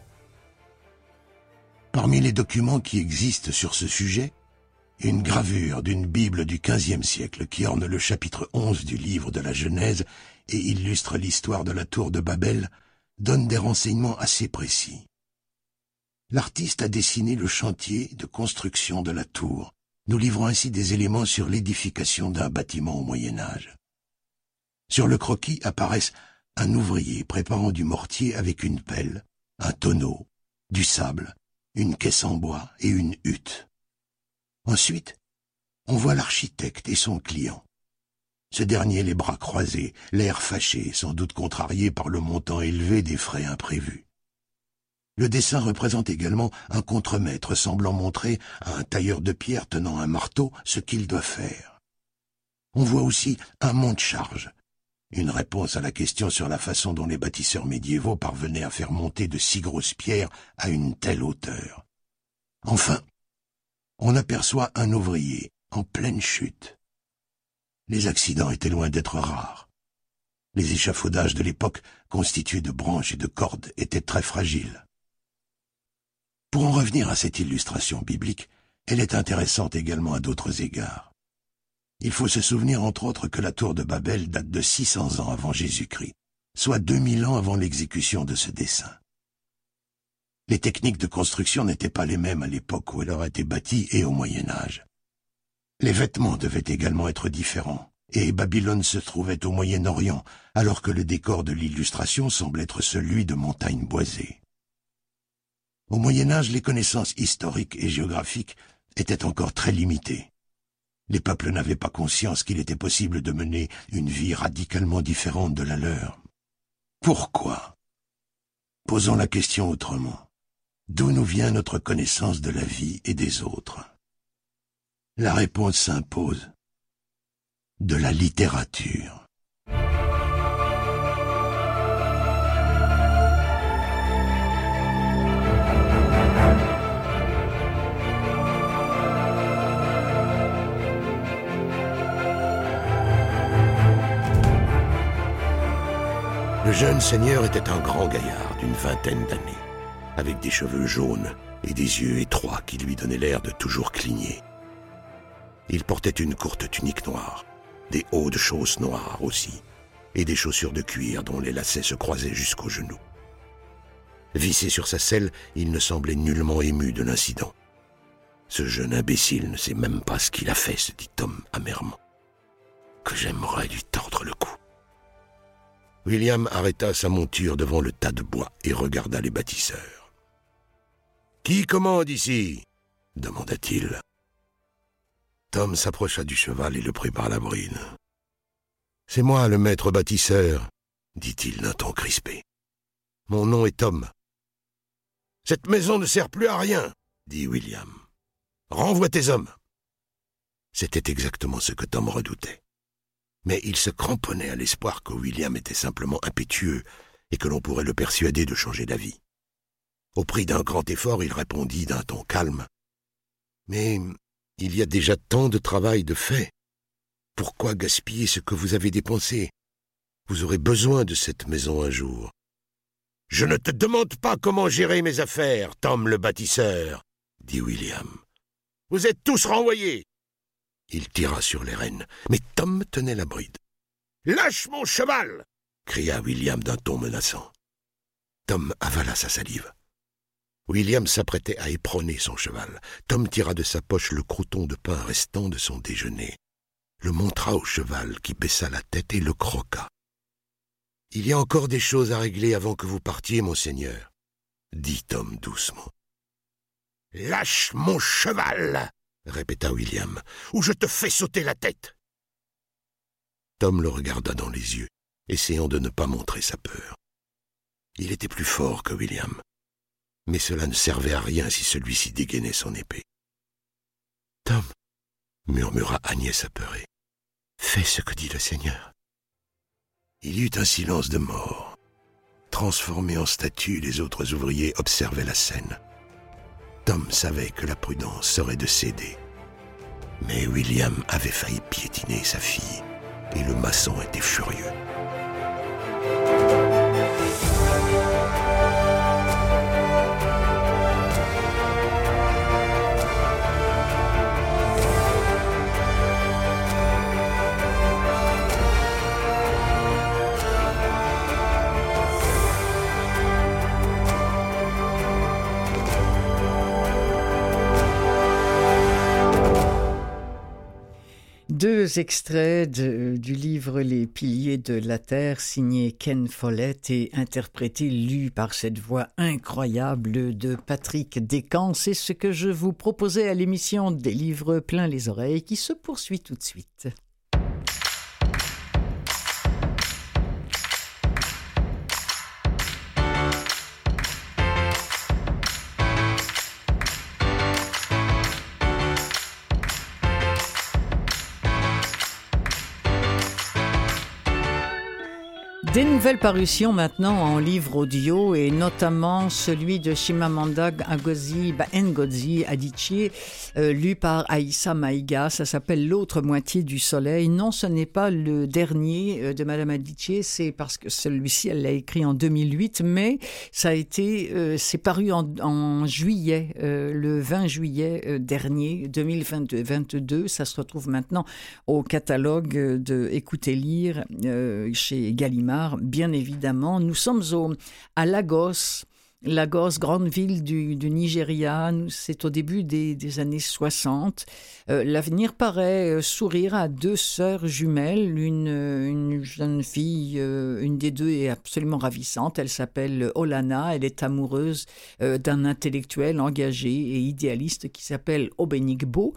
Parmi les documents qui existent sur ce sujet, une gravure d'une Bible du quinzième siècle qui orne le chapitre onze du livre de la Genèse et illustre l'histoire de la tour de Babel donne des renseignements assez précis. L'artiste a dessiné le chantier de construction de la tour, nous livrant ainsi des éléments sur l'édification d'un bâtiment au Moyen-Âge. Sur le croquis apparaissent un ouvrier préparant du mortier avec une pelle, un tonneau, du sable, une caisse en bois et une hutte. Ensuite, on voit l'architecte et son client. Ce dernier les bras croisés, l'air fâché, sans doute contrarié par le montant élevé des frais imprévus. Le dessin représente également un contremaître semblant montrer à un tailleur de pierre tenant un marteau ce qu'il doit faire. On voit aussi un monte-charge, une réponse à la question sur la façon dont les bâtisseurs médiévaux parvenaient à faire monter de si grosses pierres à une telle hauteur. Enfin, on aperçoit un ouvrier en pleine chute. Les accidents étaient loin d'être rares. Les échafaudages de l'époque, constitués de branches et de cordes, étaient très fragiles. Pour en revenir à cette illustration biblique, elle est intéressante également à d'autres égards. Il faut se souvenir entre autres que la tour de Babel date de six cents ans avant Jésus-Christ, soit deux mille ans avant l'exécution de ce dessin. Les techniques de construction n'étaient pas les mêmes à l'époque où elle aurait été bâtie et au Moyen-Âge. Les vêtements devaient également être différents, et Babylone se trouvait au Moyen-Orient, alors que le décor de l'illustration semble être celui de montagnes boisées. Au Moyen-Âge, les connaissances historiques et géographiques étaient encore très limitées. Les peuples n'avaient pas conscience qu'il était possible de mener une vie radicalement différente de la leur. Pourquoi? Posons la question autrement. D'où nous vient notre connaissance de la vie et des autres? La réponse s'impose. De la littérature. Le jeune seigneur était un grand gaillard d'une vingtaine d'années, avec des cheveux jaunes et des yeux étroits qui lui donnaient l'air de toujours cligner. Il portait une courte tunique noire, des hauts de chausses noires aussi, et des chaussures de cuir dont les lacets se croisaient jusqu'aux genoux. Vissé sur sa selle, il ne semblait nullement ému de l'incident. Ce jeune imbécile ne sait même pas ce qu'il a fait, se dit Tom amèrement. Que j'aimerais lui tordre le cou. William arrêta sa monture devant le tas de bois et regarda les bâtisseurs. « Qui commande ici ?» demanda-t-il. Tom s'approcha du cheval et le prit par la bride. « C'est moi, le maître bâtisseur, » dit-il d'un ton crispé. « Mon nom est Tom. »« Cette maison ne sert plus à rien, » dit William. « Renvoie tes hommes. » C'était exactement ce que Tom redoutait. Mais il se cramponnait à l'espoir que William était simplement impétueux et que l'on pourrait le persuader de changer d'avis. Au prix d'un grand effort, il répondit d'un ton calme. « Mais il y a déjà tant de travail de fait. Pourquoi gaspiller ce que vous avez dépensé? Vous aurez besoin de cette maison un jour. »« Je ne te demande pas comment gérer mes affaires, Tom le bâtisseur, » dit William. « Vous êtes tous renvoyés. » Il tira sur les rênes, mais Tom tenait la bride. « Lâche mon cheval !» cria William d'un ton menaçant. Tom avala sa salive. William s'apprêtait à éperonner son cheval. Tom tira de sa poche le croûton de pain restant de son déjeuner, le montra au cheval qui baissa la tête et le croqua. « Il y a encore des choses à régler avant que vous partiez, monseigneur, » dit Tom doucement. « Lâche mon cheval !» répéta William, « ou je te fais sauter la tête !» Tom le regarda dans les yeux, essayant de ne pas montrer sa peur. Il était plus fort que William, mais cela ne servait à rien si celui-ci dégainait son épée. « Tom, » murmura Agnès apeurée, « fais ce que dit le Seigneur. » Il y eut un silence de mort. Transformés en statues, les autres ouvriers observaient la scène. Tom savait que la prudence serait de céder. Mais William avait failli piétiner sa fille. et le maçon était furieux. Deux extraits de, du livre Les piliers de la terre, signé Ken Follett et interprété, lu par cette voix incroyable de Patrick Descamps. C'est ce que je vous proposais à l'émission des livres plein les oreilles qui se poursuit tout de suite. Des nouvelles parutions maintenant en livre audio et notamment celui de Chimamanda Ngozi Ngozi Adichie, euh, lu par Aïssa Maïga. Ça s'appelle L'autre moitié du soleil. Non, ce n'est pas le dernier euh, de Madame Adichie, c'est parce que celui-ci, elle l'a écrit en deux mille huit, mais ça a été, euh, c'est paru en, en juillet, euh, le vingt juillet euh, dernier, deux mille vingt-deux. Ça se retrouve maintenant au catalogue de Écoutez lire euh, chez Gallimard. Bien évidemment, nous sommes au, à Lagos, Lagos, grande ville du, du Nigeria. C'est au début des, des années soixante. Euh, l'avenir paraît sourire à deux sœurs jumelles. Une, une jeune fille, euh, une des deux est absolument ravissante. Elle s'appelle Olana. Elle est amoureuse euh, d'un intellectuel engagé et idéaliste qui s'appelle Obenigbo.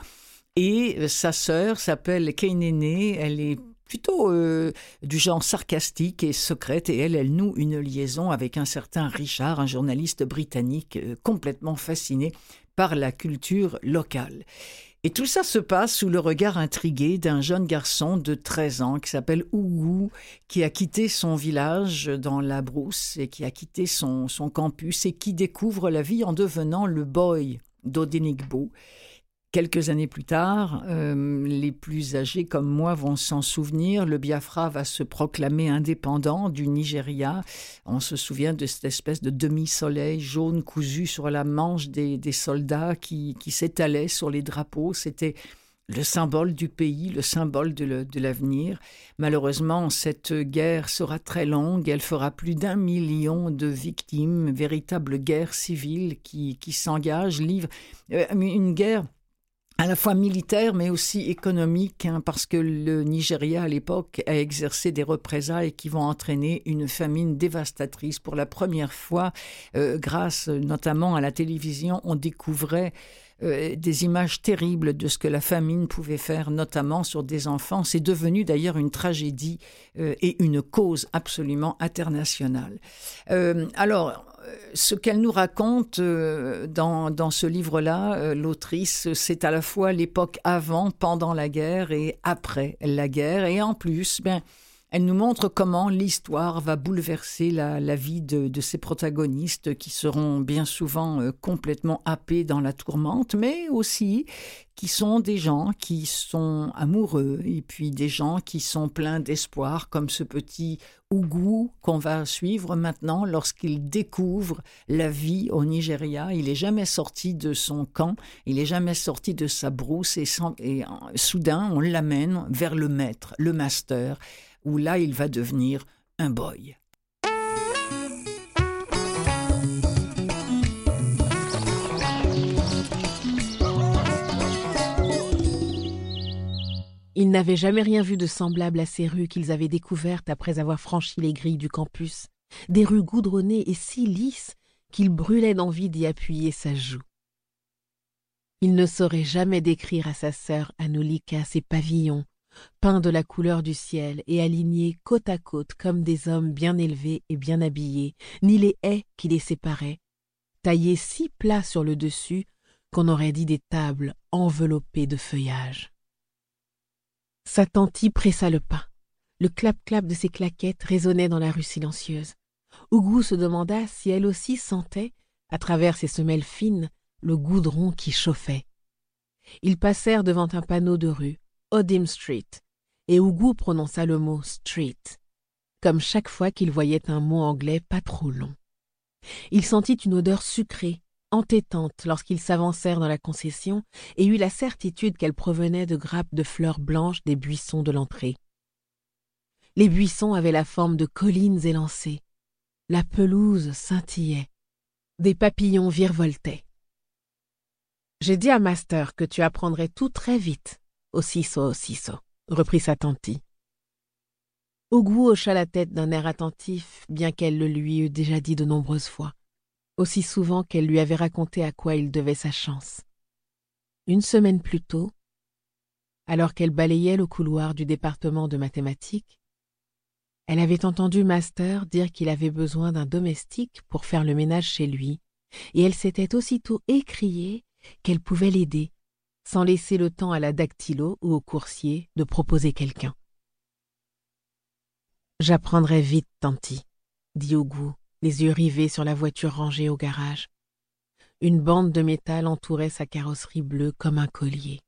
Et euh, sa sœur s'appelle Keinene. Elle est plutôt euh, du genre sarcastique et secrète, et elle, elle noue une liaison avec un certain Richard, un journaliste britannique euh, complètement fasciné par la culture locale. Et tout ça se passe sous le regard intrigué d'un jeune garçon de treize ans qui s'appelle Ougou, qui a quitté son village dans la brousse et qui a quitté son, son campus et qui découvre la vie en devenant le boy d'Odenigbo. Quelques années plus tard, euh, les plus âgés comme moi vont s'en souvenir, le Biafra va se proclamer indépendant du Nigeria. On se souvient de cette espèce de demi-soleil jaune cousu sur la manche des, des soldats qui, qui s'étalait sur les drapeaux. C'était le symbole du pays, le symbole de, le, de l'avenir. Malheureusement, cette guerre sera très longue. Elle fera plus d'un million de victimes, véritable guerre civile qui, qui s'engage, livre euh, une guerre à la fois militaire, mais aussi économique, hein, parce que le Nigeria, à l'époque, a exercé des représailles qui vont entraîner une famine dévastatrice. Pour la première fois, euh, grâce notamment à la télévision, on découvrait euh, des images terribles de ce que la famine pouvait faire, notamment sur des enfants. C'est devenu d'ailleurs une tragédie euh, et une cause absolument internationale. Euh, alors... Ce qu'elle nous raconte euh, dans, dans ce livre-là, euh, l'autrice, c'est à la fois l'époque avant, pendant la guerre et après la guerre. Et en plus, ben, elle nous montre comment l'histoire va bouleverser la, la vie de, de ses protagonistes qui seront bien souvent euh, complètement happés dans la tourmente, mais aussi qui sont des gens qui sont amoureux et puis des gens qui sont pleins d'espoir, comme ce petit Ougou qu'on va suivre maintenant lorsqu'il découvre la vie au Nigeria. Il n'est jamais sorti de son camp, il n'est jamais sorti de sa brousse et, sans, et en, soudain on l'amène vers le maître, le master, où là il va devenir un boy. Ils n'avaient jamais rien vu de semblable à ces rues qu'ils avaient découvertes après avoir franchi les grilles du campus, des rues goudronnées et si lisses qu'il brûlait d'envie d'y appuyer sa joue. Il ne saurait jamais décrire à sa sœur Anolika ces pavillons, peints de la couleur du ciel et alignés côte à côte comme des hommes bien élevés et bien habillés, ni les haies qui les séparaient, taillés si plats sur le dessus qu'on aurait dit des tables enveloppées de feuillage. Sa tante pressa le pas. Le clap-clap de ses claquettes résonnait dans la rue silencieuse. Ougou se demanda si elle aussi sentait, à travers ses semelles fines, le goudron qui chauffait. Ils passèrent devant un panneau de rue, Odim Street, et Ougou prononça le mot « street », comme chaque fois qu'il voyait un mot anglais pas trop long. Il sentit une odeur sucrée, entêtante lorsqu'ils s'avancèrent dans la concession et eut la certitude qu'elle provenait de grappes de fleurs blanches des buissons de l'entrée. Les buissons avaient la forme de collines élancées. La pelouse scintillait. Des papillons virevoltaient. « J'ai dit à Master que tu apprendrais tout très vite, Osiso Osiso, » reprit sa tantie. Ougou hocha la tête d'un air attentif, bien qu'elle le lui eût déjà dit de nombreuses fois, aussi souvent qu'elle lui avait raconté à quoi il devait sa chance. Une semaine plus tôt, alors qu'elle balayait le couloir du département de mathématiques, elle avait entendu Master dire qu'il avait besoin d'un domestique pour faire le ménage chez lui, et elle s'était aussitôt écriée qu'elle pouvait l'aider, sans laisser le temps à la dactylo ou au coursier de proposer quelqu'un. « J'apprendrai vite, tantie, » dit Ougou, les yeux rivés sur la voiture rangée au garage. Une bande de métal entourait sa carrosserie bleue comme un collier.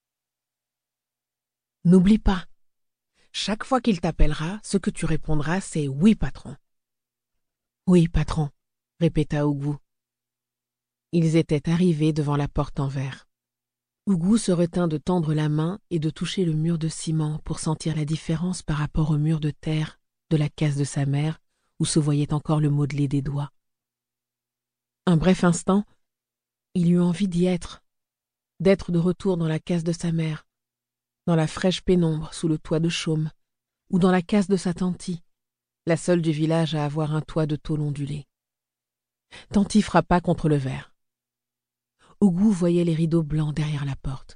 « N'oublie pas, chaque fois qu'il t'appellera, ce que tu répondras, c'est « oui, patron ». « Oui, patron », répéta Ougou. Ils étaient arrivés devant la porte en verre. Ougou se retint de tendre la main et de toucher le mur de ciment pour sentir la différence par rapport au mur de terre de la case de sa mère, où se voyait encore le modelé des doigts. Un bref instant, il eut envie d'y être, d'être de retour dans la case de sa mère, dans la fraîche pénombre sous le toit de chaume, ou dans la case de sa tantie, la seule du village à avoir un toit de tôle ondulé. Tantie frappa contre le verre. Ougou voyait les rideaux blancs derrière la porte.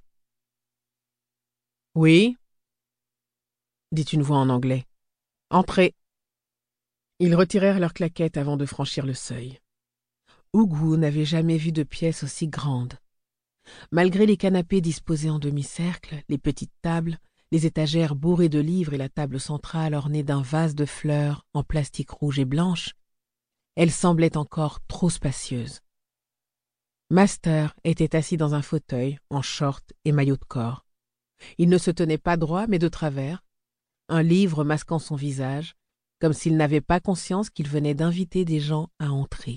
« Oui ?» dit une voix en anglais. « Entrez !» Ils retirèrent leurs claquettes avant de franchir le seuil. Ougou n'avait jamais vu de pièce aussi grande. Malgré les canapés disposés en demi-cercle, les petites tables, les étagères bourrées de livres et la table centrale ornée d'un vase de fleurs en plastique rouge et blanche, elle semblait encore trop spacieuse. Master était assis dans un fauteuil, en short et maillot de corps. Il ne se tenait pas droit, mais de travers, un livre masquant son visage, comme s'il n'avait pas conscience qu'il venait d'inviter des gens à entrer.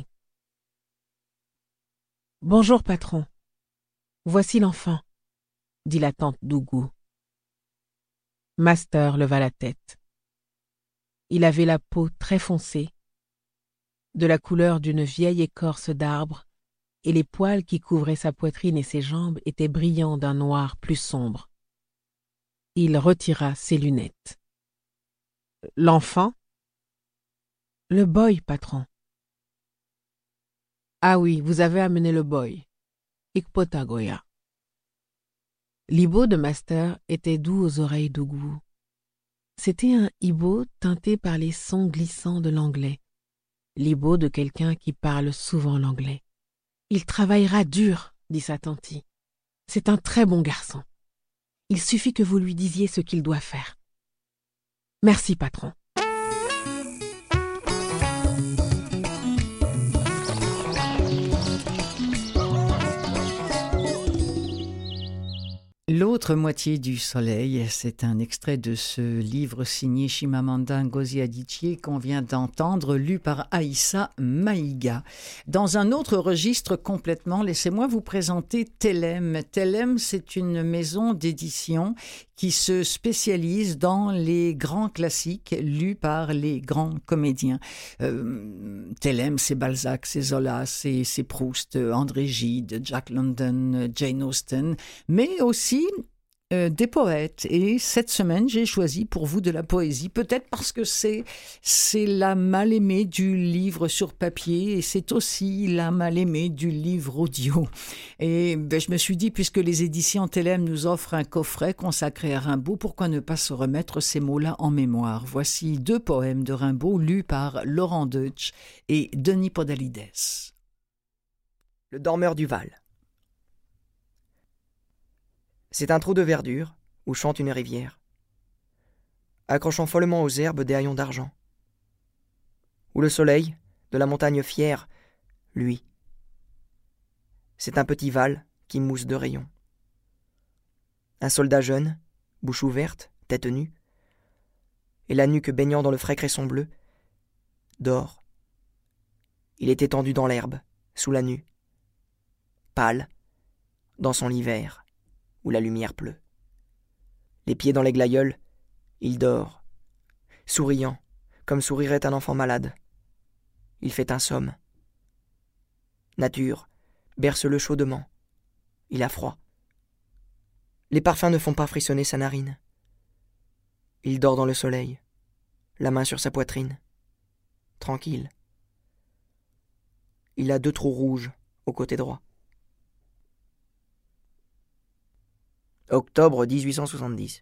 « Bonjour, patron. Voici l'enfant, » dit la tante d'Ougou. Master leva la tête. Il avait la peau très foncée, de la couleur d'une vieille écorce d'arbre, et les poils qui couvraient sa poitrine et ses jambes étaient brillants d'un noir plus sombre. Il retira ses lunettes. « L'enfant ?»« Le boy, patron. »« Ah oui, vous avez amené le boy. Ikpotagoya. » L'hibbo de Master était doux aux oreilles d'Ougou. C'était un hibbo teinté par les sons glissants de l'anglais, l'hibbo de quelqu'un qui parle souvent l'anglais. « Il travaillera dur, » dit sa tantie. « C'est un très bon garçon. Il suffit que vous lui disiez ce qu'il doit faire. »« Merci, patron. » L'autre moitié du soleil, c'est un extrait de ce livre signé Chimamanda Ngozi Adichie qu'on vient d'entendre, lu par Aïssa Maïga. Dans un autre registre complètement, laissez-moi vous présenter Telem. Telem, c'est une maison d'édition qui se spécialise dans les grands classiques lus par les grands comédiens. Euh, Telem, c'est Balzac, c'est Zola, c'est, c'est Proust, André Gide, Jack London, Jane Austen, mais aussi Euh, des poètes. Et cette semaine, j'ai choisi pour vous de la poésie, peut-être parce que c'est, c'est la mal-aimée du livre sur papier et c'est aussi la mal-aimée du livre audio. Et ben, je me suis dit, puisque les éditions Telem nous offrent un coffret consacré à Rimbaud, pourquoi ne pas se remettre ces mots-là en mémoire? Voici deux poèmes de Rimbaud lus par Laurent Deutsch et Denis Podalides. Le dormeur du Val. C'est un trou de verdure où chante une rivière, accrochant follement aux herbes des haillons d'argent, où le soleil, de la montagne fière, lui. C'est un petit Val qui mousse de rayons. Un soldat jeune, bouche ouverte, tête nue, et la nuque baignant dans le frais cresson bleu, dort. Il est étendu dans l'herbe, sous la nue, pâle, dans son lit vert, où la lumière pleut. Les pieds dans les glaïeuls, il dort, souriant, comme sourirait un enfant malade. Il fait un somme. Nature, berce-le chaudement. Il a froid. Les parfums ne font pas frissonner sa narine. Il dort dans le soleil, la main sur sa poitrine, tranquille. Il a deux trous rouges au côté droit. Octobre dix-huit cent soixante-dix.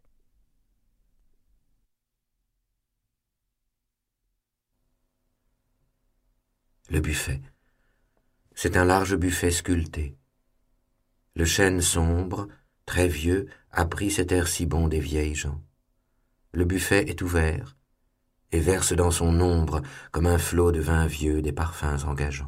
Le buffet. C'est un large buffet sculpté. Le chêne sombre, très vieux, a pris cet air si bon des vieilles gens. Le buffet est ouvert et verse dans son ombre, comme un flot de vin vieux, des parfums engageants.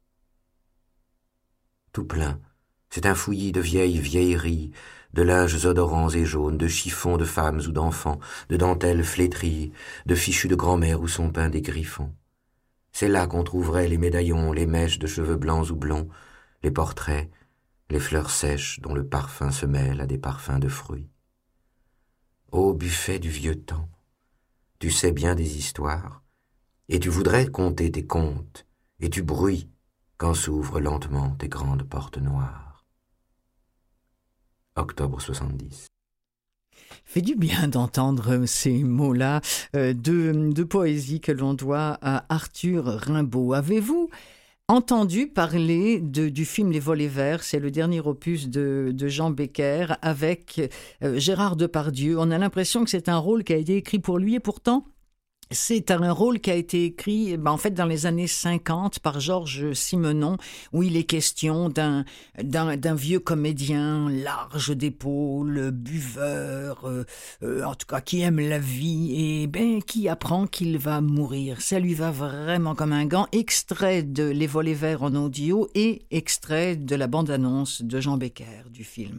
Tout plein, c'est un fouillis de vieilles vieilleries, de linges odorants et jaunes, de chiffons de femmes ou d'enfants, de dentelles flétries, de fichus de grand-mère où sont peints des griffons. C'est là qu'on trouverait les médaillons, les mèches de cheveux blancs ou blonds, les portraits, les fleurs sèches dont le parfum se mêle à des parfums de fruits. Ô buffet du vieux temps, tu sais bien des histoires, et tu voudrais conter tes contes, et tu bruis quand s'ouvrent lentement tes grandes portes noires. Octobre soixante-dix. Fait du bien d'entendre ces mots-là euh, de, de poésie que l'on doit à Arthur Rimbaud. Avez-vous entendu parler de, du film Les Volets Verts? C'est le dernier opus de, de Jean Becker avec euh, Gérard Depardieu. On a l'impression que c'est un rôle qui a été écrit pour lui et pourtant c'est un rôle qui a été écrit ben, en fait dans les années cinquante par Georges Simenon, où il est question d'un, d'un, d'un vieux comédien large d'épaules, buveur, euh, euh, en tout cas qui aime la vie et ben, qui apprend qu'il va mourir. Ça lui va vraiment comme un gant. Extrait de Les Volets Verts en audio et extrait de la bande-annonce de Jean Becker du film.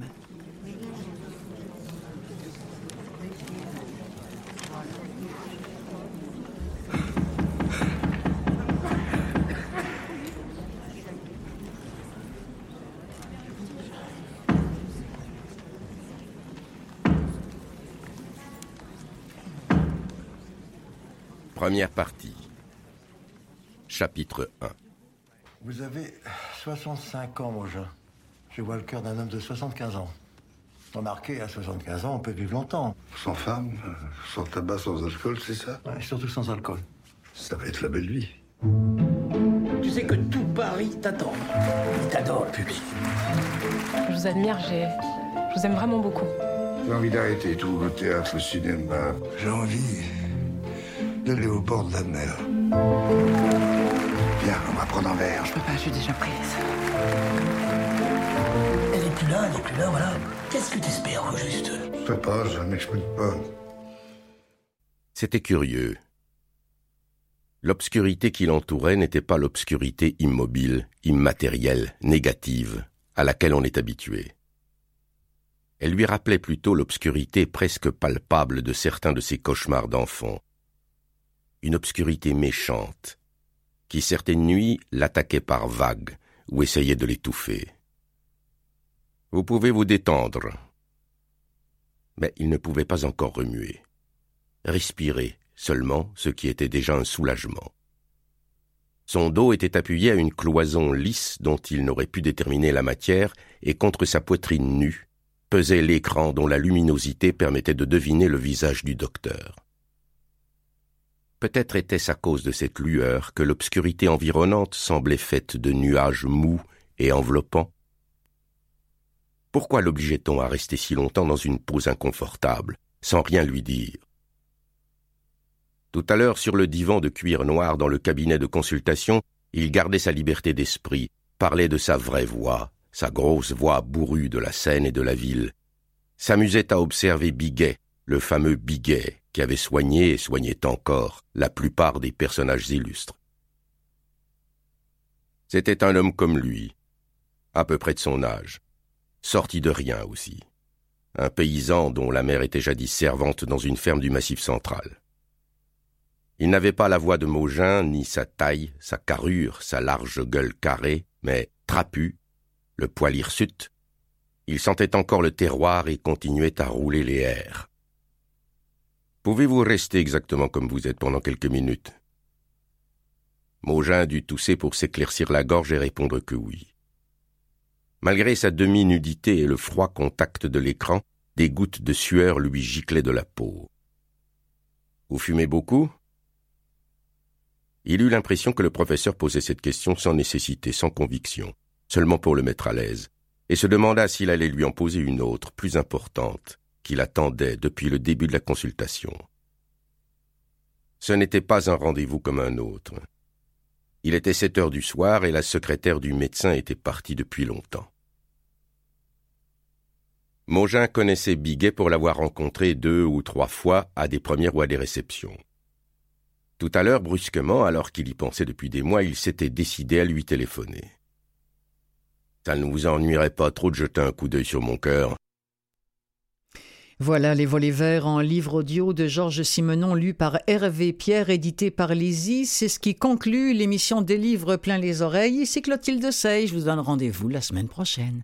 Première partie. Chapitre un. Vous avez soixante-cinq ans, mon jeune. Je vois le cœur d'un homme de soixante-quinze ans. Remarquez, à soixante-quinze ans, on peut vivre longtemps. Sans femme, sans tabac, sans alcool, c'est ça? Ouais, surtout sans alcool. Ça va être la belle vie. Tu sais que tout Paris t'attend. Il t'adore, le public. Je vous admire, j'ai... je vous aime vraiment beaucoup. J'ai envie d'arrêter tout, le théâtre, le cinéma. J'ai envie d'aller au bord de la mer. Viens, on va prendre un verre. Je peux pas, je suis déjà prise. Elle est plus là, elle est plus là, voilà. Qu'est-ce que t'espères, au juste? Je sais pas, je m'explique pas. C'était curieux. L'obscurité qui l'entourait n'était pas l'obscurité immobile, immatérielle, négative, à laquelle on est habitué. Elle lui rappelait plutôt l'obscurité presque palpable de certains de ses cauchemars d'enfant. Une obscurité méchante, qui certaines nuits l'attaquait par vagues ou essayait de l'étouffer. Vous pouvez vous détendre. Mais il ne pouvait pas encore remuer. Respirer seulement, ce qui était déjà un soulagement. Son dos était appuyé à une cloison lisse dont il n'aurait pu déterminer la matière, et contre sa poitrine nue pesait l'écran dont la luminosité permettait de deviner le visage du docteur. Peut-être était-ce à cause de cette lueur que l'obscurité environnante semblait faite de nuages mous et enveloppants. Pourquoi l'obligeait-on à rester si longtemps dans une pose inconfortable, sans rien lui dire? Tout à l'heure, sur le divan de cuir noir dans le cabinet de consultation, il gardait sa liberté d'esprit, parlait de sa vraie voix, sa grosse voix bourrue de la Seine et de la ville, s'amusait à observer Biguet, le fameux Biguet, qui avait soigné et soignait encore la plupart des personnages illustres. C'était un homme comme lui, à peu près de son âge, sorti de rien aussi, un paysan dont la mère était jadis servante dans une ferme du Massif central. Il n'avait pas la voix de Maugin, ni sa taille, sa carrure, sa large gueule carrée, mais trapu, le poil hirsute. Il sentait encore le terroir et continuait à rouler les airs. « Pouvez-vous rester exactement comme vous êtes pendant quelques minutes ?» Maugin dut tousser pour s'éclaircir la gorge et répondre que oui. Malgré sa demi-nudité et le froid contact de l'écran, des gouttes de sueur lui giclaient de la peau. « Vous fumez beaucoup ?» Il eut l'impression que le professeur posait cette question sans nécessité, sans conviction, seulement pour le mettre à l'aise, et se demanda s'il allait lui en poser une autre, plus importante, qu'il attendait depuis le début de la consultation. Ce n'était pas un rendez-vous comme un autre. Il était sept heures du soir et la secrétaire du médecin était partie depuis longtemps. Maugin connaissait Biguet pour l'avoir rencontré deux ou trois fois à des premières ou à des réceptions. Tout à l'heure, brusquement, alors qu'il y pensait depuis des mois, il s'était décidé à lui téléphoner. « Ça ne vous ennuierait pas trop de jeter un coup d'œil sur mon cœur ?» Voilà Les Volets Verts en livre audio de Georges Simenon, lu par Hervé Pierre, édité par Lézy. C'est ce qui conclut l'émission des livres plein les oreilles. Ici Clotilde Sey, je vous donne rendez-vous la semaine prochaine.